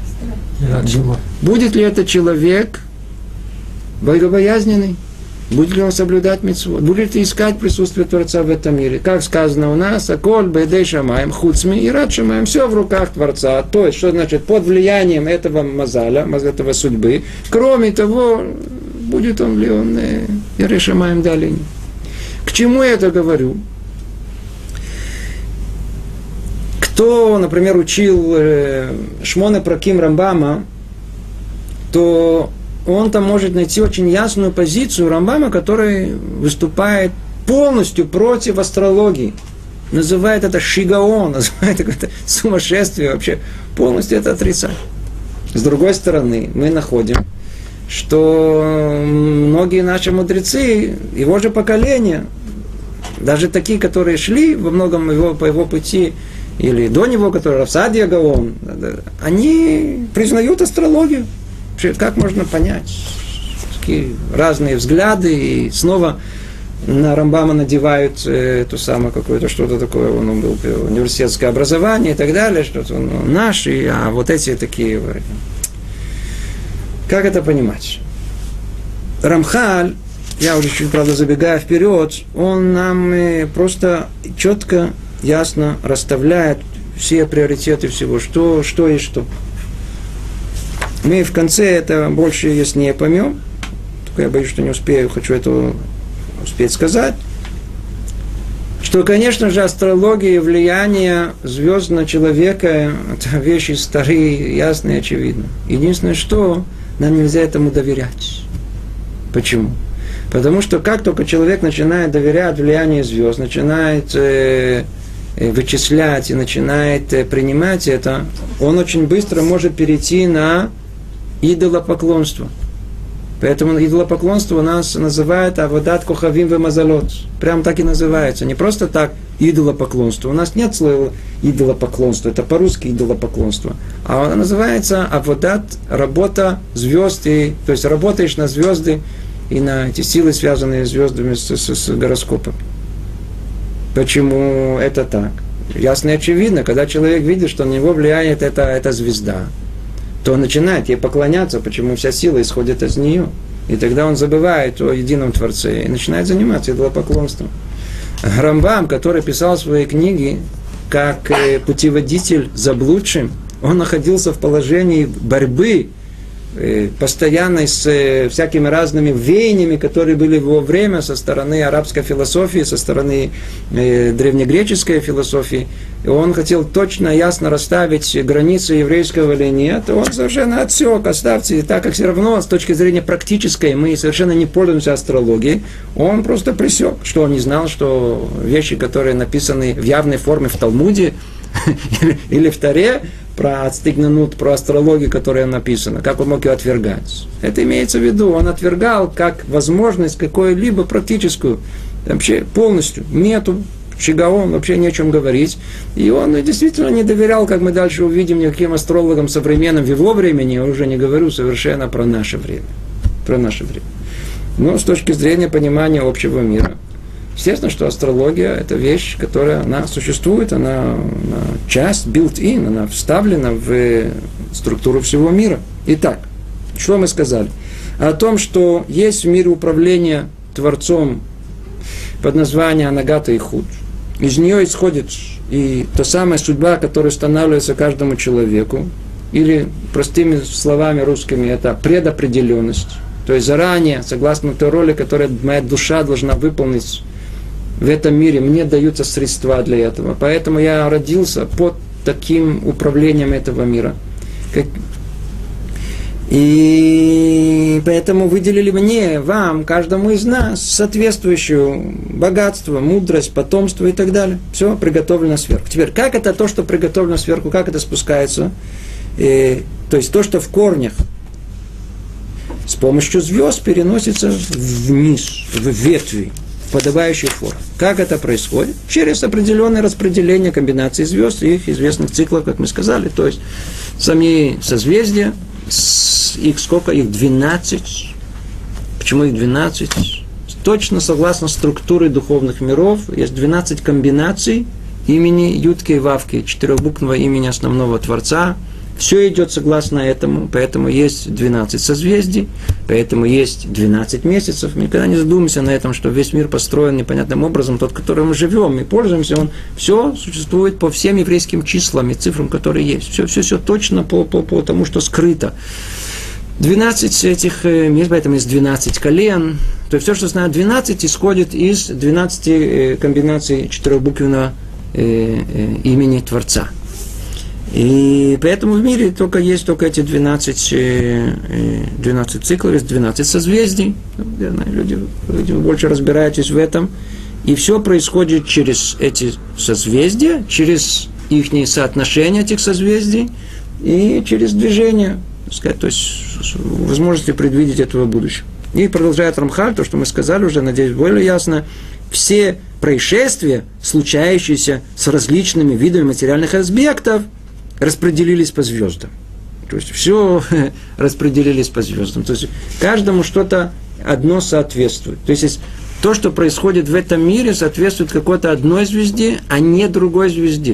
Будет ли этот человек богобоязненный? Будет ли он соблюдать мицвот? Будет ли искать присутствие Творца в этом мире? Как сказано у нас, аколь бейдей шамаем, хуцми и рад шамаем. Все в руках Творца. То есть, что значит, под влиянием этого мазаля, этого судьбы. Кроме того, будет он ли он ирей шамаем далее. К чему я это говорю? Кто, например, учил Шмоне Праким Рамбама, то он там может найти очень ясную позицию Рамбама, который выступает полностью против астрологии. Называет это шигаон, называет это сумасшествие вообще. Полностью это отрицает. С другой стороны, мы находим, что многие наши мудрецы, его же поколения, даже такие, которые шли во многом по его пути, или до него, которые Равсадия Гаон, они признают астрологию. Как можно понять? Такие разные взгляды, и снова на Рамбама надевают эту самую какое-то что-то такое, он был университетское образование и так далее, что-то он наш, а вот эти такие. Как это понимать? Рамхаль, я уже чуть, правда, забегая вперед, он нам просто четко, ясно расставляет все приоритеты всего, что и что. Мы в конце это больше, если не поймем, только я боюсь, что не успею, хочу это успеть сказать, что, конечно же, астрология и влияние звезд на человека – это вещи старые, ясные и очевидны. Единственное, что нам нельзя этому доверять. Почему? Потому что как только человек начинает доверять влиянию звезд, начинает вычислять и начинает принимать это, он очень быстро может перейти на идолопоклонство. Поэтому идолопоклонство у нас называют аводат кохавим вемазалот. Прям так и называется. Не просто так идолопоклонство. У нас нет слова идолопоклонства. Это по-русски идолопоклонство. А оно называется аводат, работа звезд. То есть работаешь на звезды и на эти силы, связанные с звездами, с гороскопом. Почему это так? Ясно и очевидно. Когда человек видит, что на него влияет эта звезда, то он начинает ей поклоняться, почему вся сила исходит из нее. И тогда он забывает о едином Творце и начинает заниматься идолопоклонством. Рамбам, который писал свои книги как путеводитель заблудшим, он находился в положении борьбы постоянной с всякими разными веяниями, которые были в его время со стороны арабской философии, со стороны древнегреческой философии. И он хотел точно, ясно расставить границы еврейского или нет. Он совершенно отсек, оставьте, так как все равно с точки зрения практической мы совершенно не пользуемся астрологией. Он просто пресек, что он не знал, что вещи, которые написаны в явной форме в Талмуде или в Торе, про ацтигнанут, про астрологию, которая написана, как он мог ее отвергать. Это имеется в виду, он отвергал как возможность какую-либо практическую, вообще полностью, нету, шигаон, вообще не о чем говорить. И он действительно не доверял, как мы дальше увидим, никаким астрологам современным в его времени, я уже не говорю совершенно про наше время. Про наше время. Но с точки зрения понимания общего мира, естественно, что астрология – это вещь, которая она существует, она часть, built-in, она вставлена в структуру всего мира. Итак, что мы сказали? О том, что есть в мире управление Творцом под названием Анагата и Худ. Из нее исходит и та самая судьба, которая устанавливается каждому человеку, или, простыми словами русскими, это предопределенность. То есть заранее, согласно той роли, которую моя душа должна выполнить в этом мире, мне даются средства для этого. Поэтому я родился под таким управлением этого мира. И поэтому выделили мне, вам, каждому из нас соответствующее богатство, мудрость, потомство и так далее. Все приготовлено сверху. Теперь, как это то, что приготовлено сверху, как это спускается? То есть то, что в корнях с помощью звезд переносится вниз, в ветви, в подобающей форме. Как это происходит? Через определенное распределение комбинаций звезд и их известных циклов, как мы сказали. То есть сами созвездия, их сколько? Их 12. Почему их 12? Точно согласно структуре духовных миров есть 12 комбинаций имени Ютки и Вавки, четырехбуквенного имени основного Творца. Все идет согласно этому, поэтому есть 12 созвездий, поэтому есть 12 месяцев. Мы никогда не задумаемся на этом, что весь мир построен непонятным образом, тот, которым мы живем и пользуемся, он все существует по всем еврейским числам и цифрам, которые есть. Все точно по тому, что скрыто. 12 этих мест, поэтому есть 12 колен. То есть все, что знает 12, исходит из 12 комбинаций четырехбуквенного имени Творца. И поэтому в мире есть только эти 12 циклов, есть 12 созвездий. Я знаю, люди вы больше разбираетесь в этом. И все происходит через эти созвездия, через их соотношение этих созвездий и через движение, то есть возможности предвидеть этого будущего. И продолжает Рамхаль, то, что мы сказали уже, надеюсь, более ясно, все происшествия, случающиеся с различными видами материальных объектов, распределились по звездам. То есть все распределились по звездам. То есть каждому что-то одно соответствует. То есть то, что происходит в этом мире, соответствует какой-то одной звезде, а не другой звезде.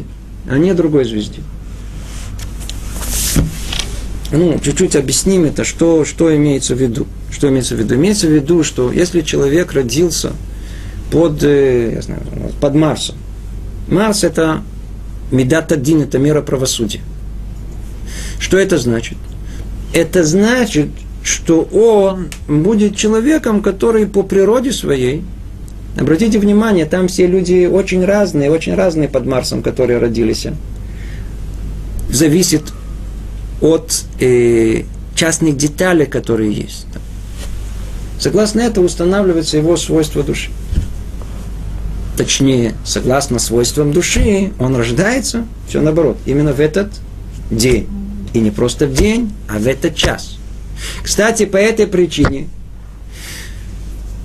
Чуть-чуть объясним это, что имеется в виду. Что имеется в виду? Имеется в виду, что если человек родился под Марсом. Марс – это Мидат Адин, это мера правосудия. Что это значит? Это значит, что он будет человеком, который по природе своей, обратите внимание, там все люди очень разные под Марсом, которые родились, зависит от частных деталей, которые есть. Согласно этому устанавливается его свойство души. Точнее, согласно свойствам души, он рождается, все наоборот, именно в этот день. И не просто в день, а в этот час. Кстати, по этой причине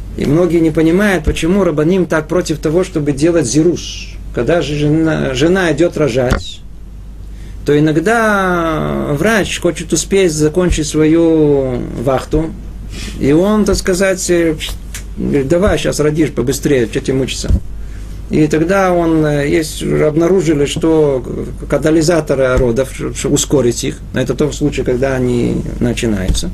И многие не понимают, почему рабаним так против того, чтобы делать зирус. Когда же жена идет рожать, то иногда врач хочет успеть закончить свою вахту, и он, так сказать, говорит, давай сейчас родишь побыстрее, что тебе мучиться. И тогда обнаружили, что катализаторы родов, чтобы ускорить их, это тот случай, когда они начинаются.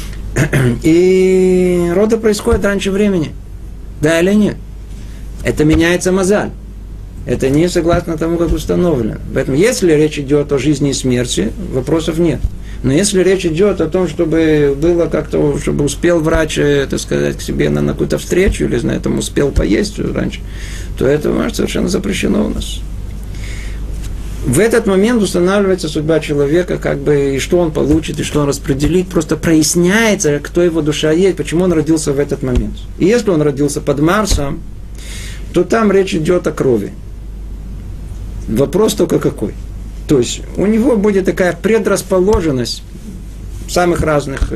И роды происходят раньше времени. Да или нет? Это меняется мозаль. Это не согласно тому, как установлено. Поэтому, если речь идет о жизни и смерти, вопросов нет. Но если речь идет о том, чтобы было как-то, чтобы успел врач, так сказать, к себе на какую-то встречу, или, знаю, там успел поесть раньше, то это совершенно запрещено у нас. В этот момент устанавливается судьба человека, как бы, и что он получит, и что он распределит, просто проясняется, кто его душа есть, почему он родился в этот момент. И если он родился под Марсом, то там речь идет о крови. Вопрос только какой. То есть у него будет такая предрасположенность самых разных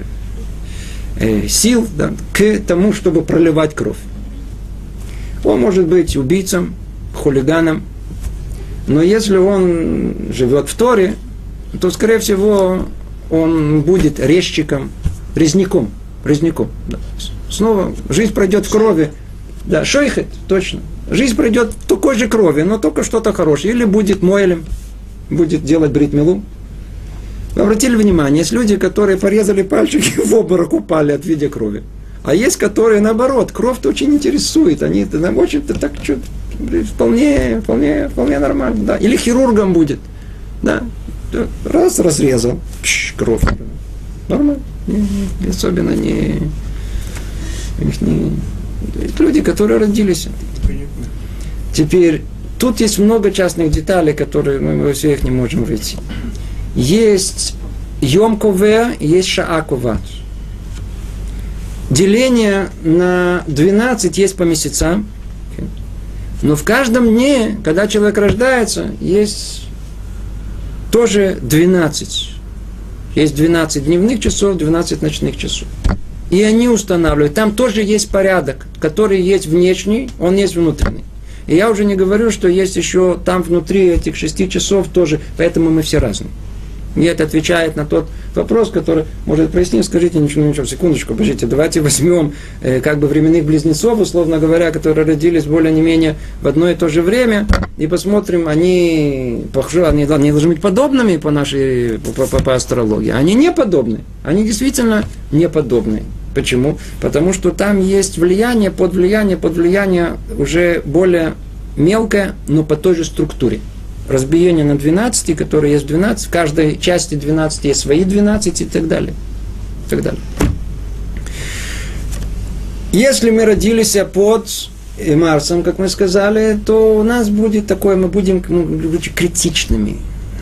сил, да, к тому, чтобы проливать кровь. Он может быть убийцем, хулиганом, но если он живет в Торе, то, скорее всего, он будет резчиком, резняком. Да. Снова жизнь пройдет в крови. Да, шойхет, точно. Жизнь пройдет в такой же крови, но только что-то хорошее. Или будет моэлем, будет делать брит милу. Вы обратили внимание, есть люди, которые порезали пальчики, в обморок упали от вида крови. А есть, которые, наоборот, кровь-то очень интересует. Они очень-то так вполне нормально. Да. Или хирургом будет. Да. Раз разрезал, кровь. Нормально. Особенно не... Есть люди, которые родились. Теперь, тут есть много частных деталей, которые мы во все их не можем войти. Есть Йом Ковеа, есть Шаа Коват. Деление на 12 есть по месяцам. Но в каждом дне, когда человек рождается, есть тоже 12. Есть 12 дневных часов, 12 ночных часов. И они устанавливают. Там тоже есть порядок, который есть внешний, он есть внутренний. И я уже не говорю, что есть еще там внутри этих 6 часов тоже, поэтому мы все разные. И это отвечает на тот вопрос, который, может, прояснить, скажите, ничего, секундочку, подождите, давайте возьмем как бы временных близнецов, условно говоря, которые родились более-менее в одно и то же время, и посмотрим, они должны быть подобными по астрологии. Они не подобны, они действительно не подобны. Почему? Потому что там есть влияние, под влияние уже более мелкое, но по той же структуре. Разбиение на 12, которые есть 12, в каждой части 12 есть свои 12 и так далее. И так далее. Если мы родились под Марсом, как мы сказали, то у нас будет такое, мы будем критичными.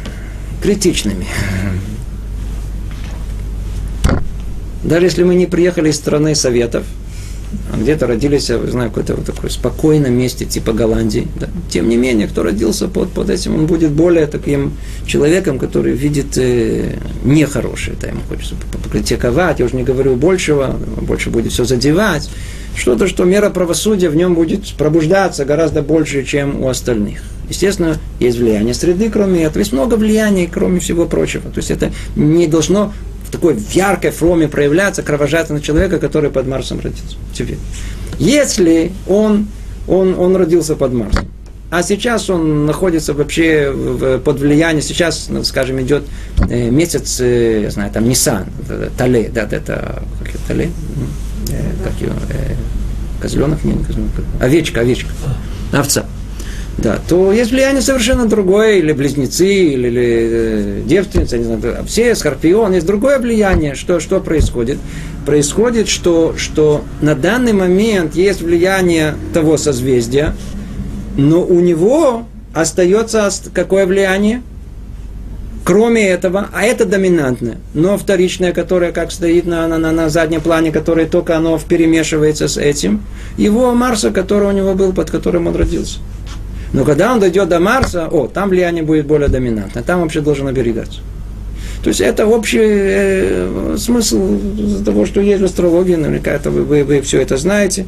Даже если мы не приехали из страны Советов, а где-то родились, я знаю, в какое-то вот такое спокойном месте, типа Голландии. Да. Тем не менее, кто родился под этим, он будет более таким человеком, который видит нехорошее. Да, ему хочется покритиковать, я уже не говорю больше будет все задевать. Что-то, что мера правосудия в нем будет пробуждаться гораздо больше, чем у остальных. Естественно, есть влияние среды, кроме этого. Есть много влияний, кроме всего прочего. То есть это не должно в такой яркой форме проявляться, кровожадно на человека, который под Марсом родился. Теперь, если он родился под Марсом, а сейчас он находится вообще под влиянием, сейчас, скажем, идет месяц, я знаю, там Нисан, Тале, да, это, как его, Тале? Как его, козленок, не козленок, овечка, овца. Да, то есть влияние совершенно другое, или близнецы, или девственница, не знаю, все, скорпион, есть другое влияние. Что происходит? Происходит, что на данный момент есть влияние того созвездия, но у него остается какое влияние? Кроме этого, а это доминантное, но вторичное, которое как стоит на заднем плане, которое только оно перемешивается с этим, его Марса, который у него был, под которым он родился. Но когда он дойдет до Марса, там влияние будет более доминантное, там вообще должен оберегаться. То есть это общий смысл того, что есть в астрологии, наверняка это вы все это знаете.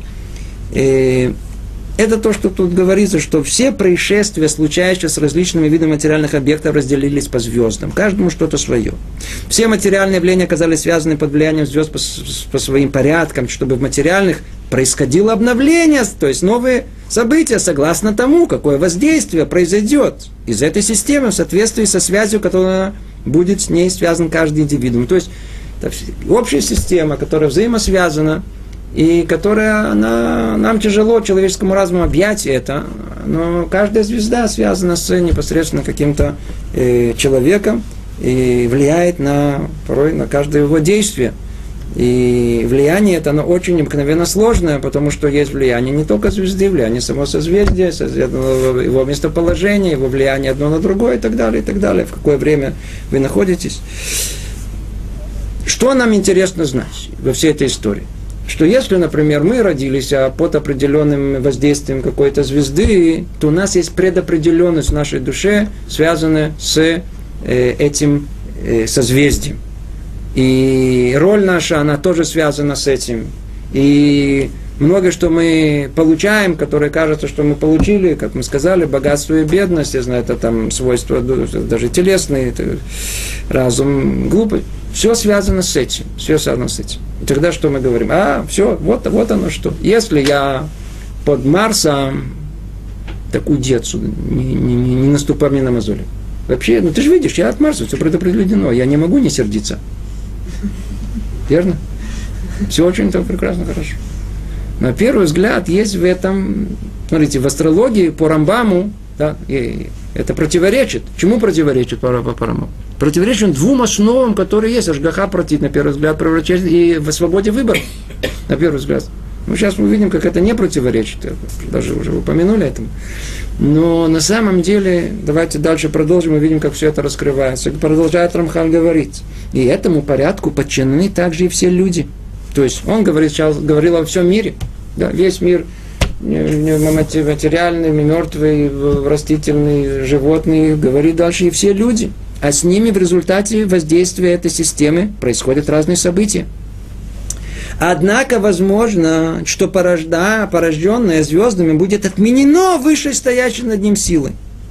Это то, что тут говорится, что все происшествия, случающиеся с различными видами материальных объектов, разделились по звездам. Каждому что-то свое. Все материальные явления оказались связаны под влиянием звезд по своим порядкам, чтобы в материальных происходило обновление, то есть новые события, согласно тому, какое воздействие произойдет из этой системы в соответствии со связью, которая будет с ней связан каждый индивидуум. То есть это общая система, которая взаимосвязана, и которая, нам тяжело человеческому разуму объять это, но каждая звезда связана с непосредственно каким-то человеком и влияет порой на каждое его действие. И влияние это, оно очень необыкновенно сложное, потому что есть влияние не только звезды, влияние самого созвездия, его местоположение, его влияние одно на другое и так далее, в какое время вы находитесь. Что нам интересно знать во всей этой истории? Что если, например, мы родились под определенным воздействием какой-то звезды, то у нас есть предопределенность в нашей душе, связанная с этим созвездием. И роль наша, она тоже связана с этим. И многое, что мы получаем, которое кажется, что мы получили, как мы сказали, богатство и бедность, я знаю, это там свойства даже телесные, разум, глупость. Все связано с этим. И тогда что мы говорим? Все, вот оно что. Если я под Марсом, так уйди отсюда, не наступай мне на мозоли. Вообще, ты же видишь, я от Марса, все предопределено, я не могу не сердиться. Верно? Все очень прекрасно, хорошо. На первый взгляд есть в этом, смотрите, в астрологии по Рамбаму, да, это противоречит. Чему противоречит по Рамбаму? Противоречит двум основам, которые есть. Ашгаха протит, на первый взгляд, противоречит и в свободе выбора, на первый взгляд. Сейчас мы видим, как это не противоречит. Даже уже упомянули это. Но на самом деле, давайте дальше продолжим и видим, как все это раскрывается. Продолжает Рамхаль говорить. И этому порядку подчинены также и все люди. То есть он говорил о всем мире. Да, весь мир материальный, мертвый, растительный, животный. Говорит дальше и все люди. А с ними в результате воздействия этой системы происходят разные события. Однако, возможно, что порожденное звездами будет отменено вышестоящей над ним силой.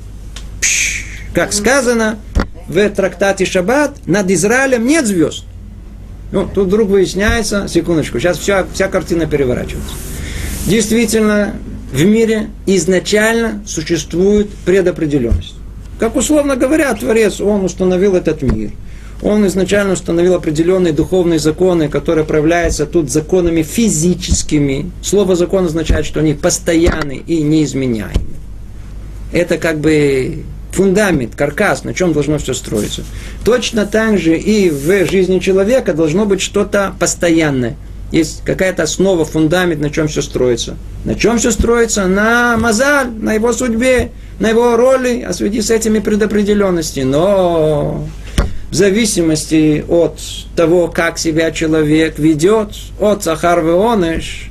Как сказано в трактате Шаббат, над Израилем нет звезд. Тут вдруг выясняется, секундочку, сейчас вся картина переворачивается. Действительно, в мире изначально существует предопределенность. Как условно говоря, Творец, он установил этот мир. Он изначально установил определенные духовные законы, которые проявляются тут законами физическими. Слово закон означает, что они постоянны и неизменяемы. Это как бы фундамент, каркас, на чем должно все строиться. Точно так же и в жизни человека должно быть что-то постоянное. Есть какая-то основа, фундамент, на чем все строится. На чем все строится? На мазаль, на его судьбе, на его роли, а в связи с этими предопределенностями. Но в зависимости от того, как себя человек ведет, от сахар веонеш,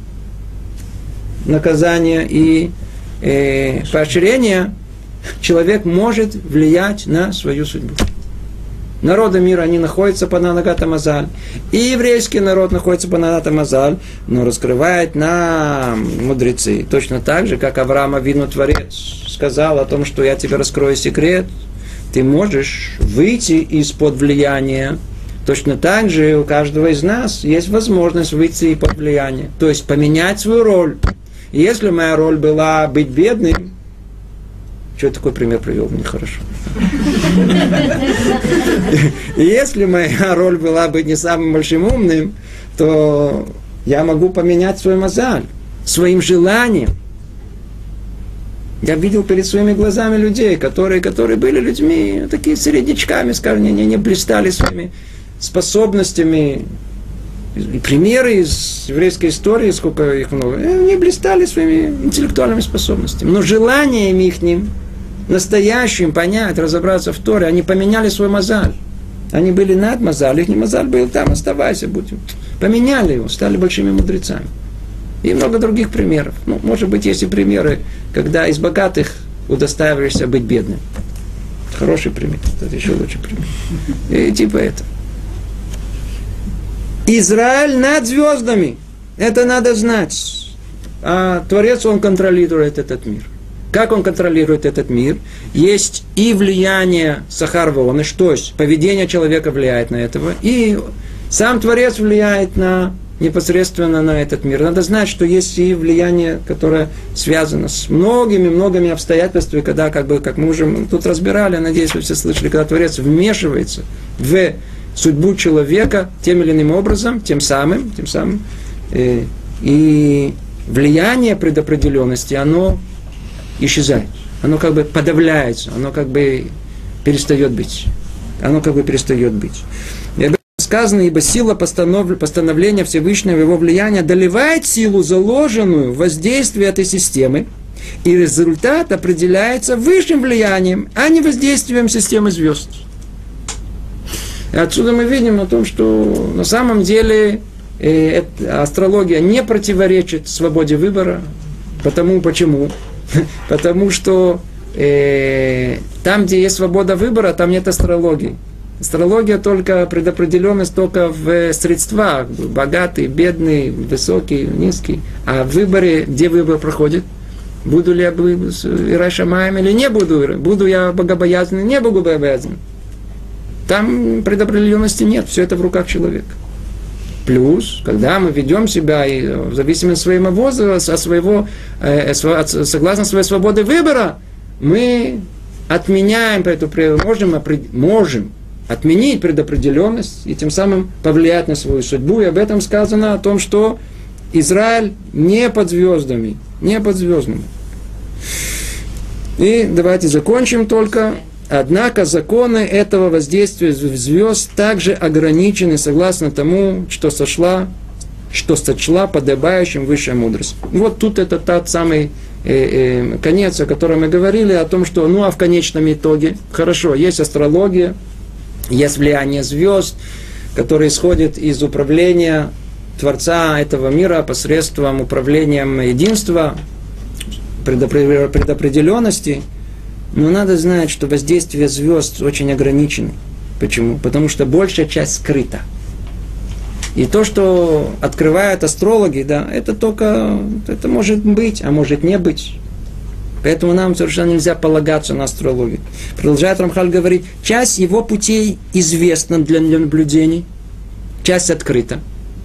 наказания и поощрения, человек может влиять на свою судьбу. Народы мира, они находятся под Анагата Мазаль. И еврейский народ находится под Анагата Мазаль, но раскрывает нам мудрецы. Точно так же, как Авраам Авину Творец сказал о том, что я тебе раскрою секрет. Ты можешь выйти из-под влияния. Точно так же у каждого из нас есть возможность выйти из-под влияния. То есть поменять свою роль. И если моя роль была быть бедным, что такой пример привел, мне хорошо. И если моя роль была быть не самым большим умным, то я могу поменять свой мазаль, своим желанием. Я видел перед своими глазами людей, которые были людьми такие середнячками, скажем, не блистали своими способностями. И примеры из еврейской истории, сколько их много, не блистали своими интеллектуальными способностями. Но желанием их настоящим понять, разобраться в Торе, они поменяли свой мазаль. Они были над мазаль, их мазаль был там, оставайся, будем. Поменяли его, стали большими мудрецами. И много других примеров. Может быть, есть и примеры, когда из богатых удостаиваешься быть бедным. Хороший пример. Это еще лучше пример. И типа это. Израиль над звездами. Это надо знать. А Творец, он контролирует этот мир. Как он контролирует этот мир? Есть и влияние Сахар Вооныш, то есть поведение человека влияет на этого, и сам Творец влияет непосредственно на этот мир. Надо знать, что есть и влияние, которое связано с многими обстоятельствами, когда, как мы уже тут разбирали, надеюсь, вы все слышали, когда Творец вмешивается в судьбу человека тем или иным образом, тем самым, и влияние предопределенности, оно исчезает. Оно подавляется, оно перестает быть. И об этом сказано, ибо сила постановления Всевышнего, его влияния доливает силу, заложенную в воздействие этой системы, и результат определяется высшим влиянием, а не воздействием системы звезд. И отсюда мы видим о том, что на самом деле астрология не противоречит свободе выбора. Почему? Потому что там, где есть свобода выбора, там нет астрологии. Астрология только предопределенность только в средствах. Богатый, бедный, высокий, низкий. А в выборе, где выбор проходит? Буду ли я Ирай Шамаем или не буду? Буду я богобоязненным, не богобоязненным? Там предопределенности нет. Все это в руках человека. Плюс, когда мы ведем себя и в зависимости от своего возраста, согласно своей свободе выбора, мы отменяем можем отменить предопределенность и тем самым повлиять на свою судьбу. И об этом сказано о том, что Израиль не под звездами. Не под звездами. И давайте закончим только. Однако законы этого воздействия звезд также ограничены согласно тому, что сочла подобающим высшая мудрость. Вот тут это тот самый конец, о котором мы говорили, о том, что, в конечном итоге, хорошо, есть астрология, есть влияние звезд, которое исходит из управления Творца этого мира посредством управлением единства, предопределенности. Но надо знать, что воздействие звезд очень ограничено. Почему? Потому что большая часть скрыта. И то, что открывают астрологи, это может быть, а может не быть. Поэтому нам совершенно нельзя полагаться на астрологию. Продолжает Рамхаль говорить, часть его путей известна для наблюдений, часть открыта.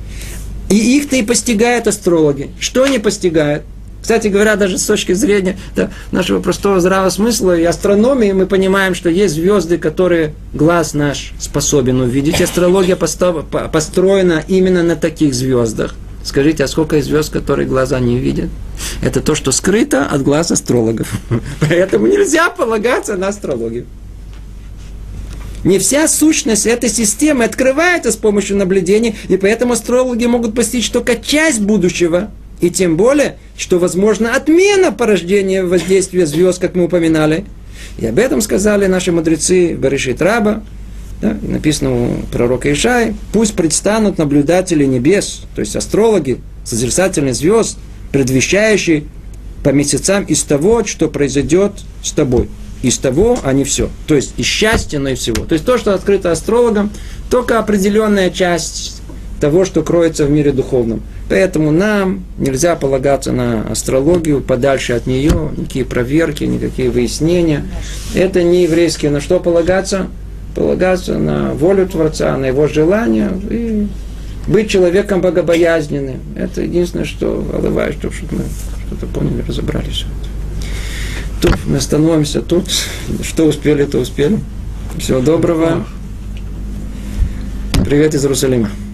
И их-то и постигают астрологи. Что они постигают? Кстати говоря, даже с точки зрения нашего простого здравого смысла и астрономии, мы понимаем, что есть звезды, которые глаз наш способен увидеть. Астрология построена именно на таких звездах. Скажите, а сколько звезд, которые глаза не видят? Это то, что скрыто от глаз астрологов. Поэтому нельзя полагаться на астрологию. Не вся сущность этой системы открывается с помощью наблюдений, и поэтому астрологи могут постичь только часть будущего. И тем более, что возможна отмена порождения воздействия звезд, как мы упоминали. И об этом сказали наши мудрецы Берешит Раба, написано у пророка Ишаи, пусть предстанут наблюдатели небес, то есть астрологи, созерцатели звезд, предвещающие по месяцам из того, что произойдет с тобой. Из того, а не все. То есть из счастья, но и всего. То есть то, что открыто астрологам, только определенная часть того, что кроется в мире духовном. Поэтому нам нельзя полагаться на астрологию, подальше от нее, никакие проверки, никакие выяснения. Это не еврейские. На что полагаться? Полагаться на волю Творца, на его желание и быть человеком богобоязненным. Это единственное, что Аллах, чтобы мы что-то поняли, разобрались. Тут мы остановимся тут. Что успели, то успели. Всего доброго. Привет из Иерусалима.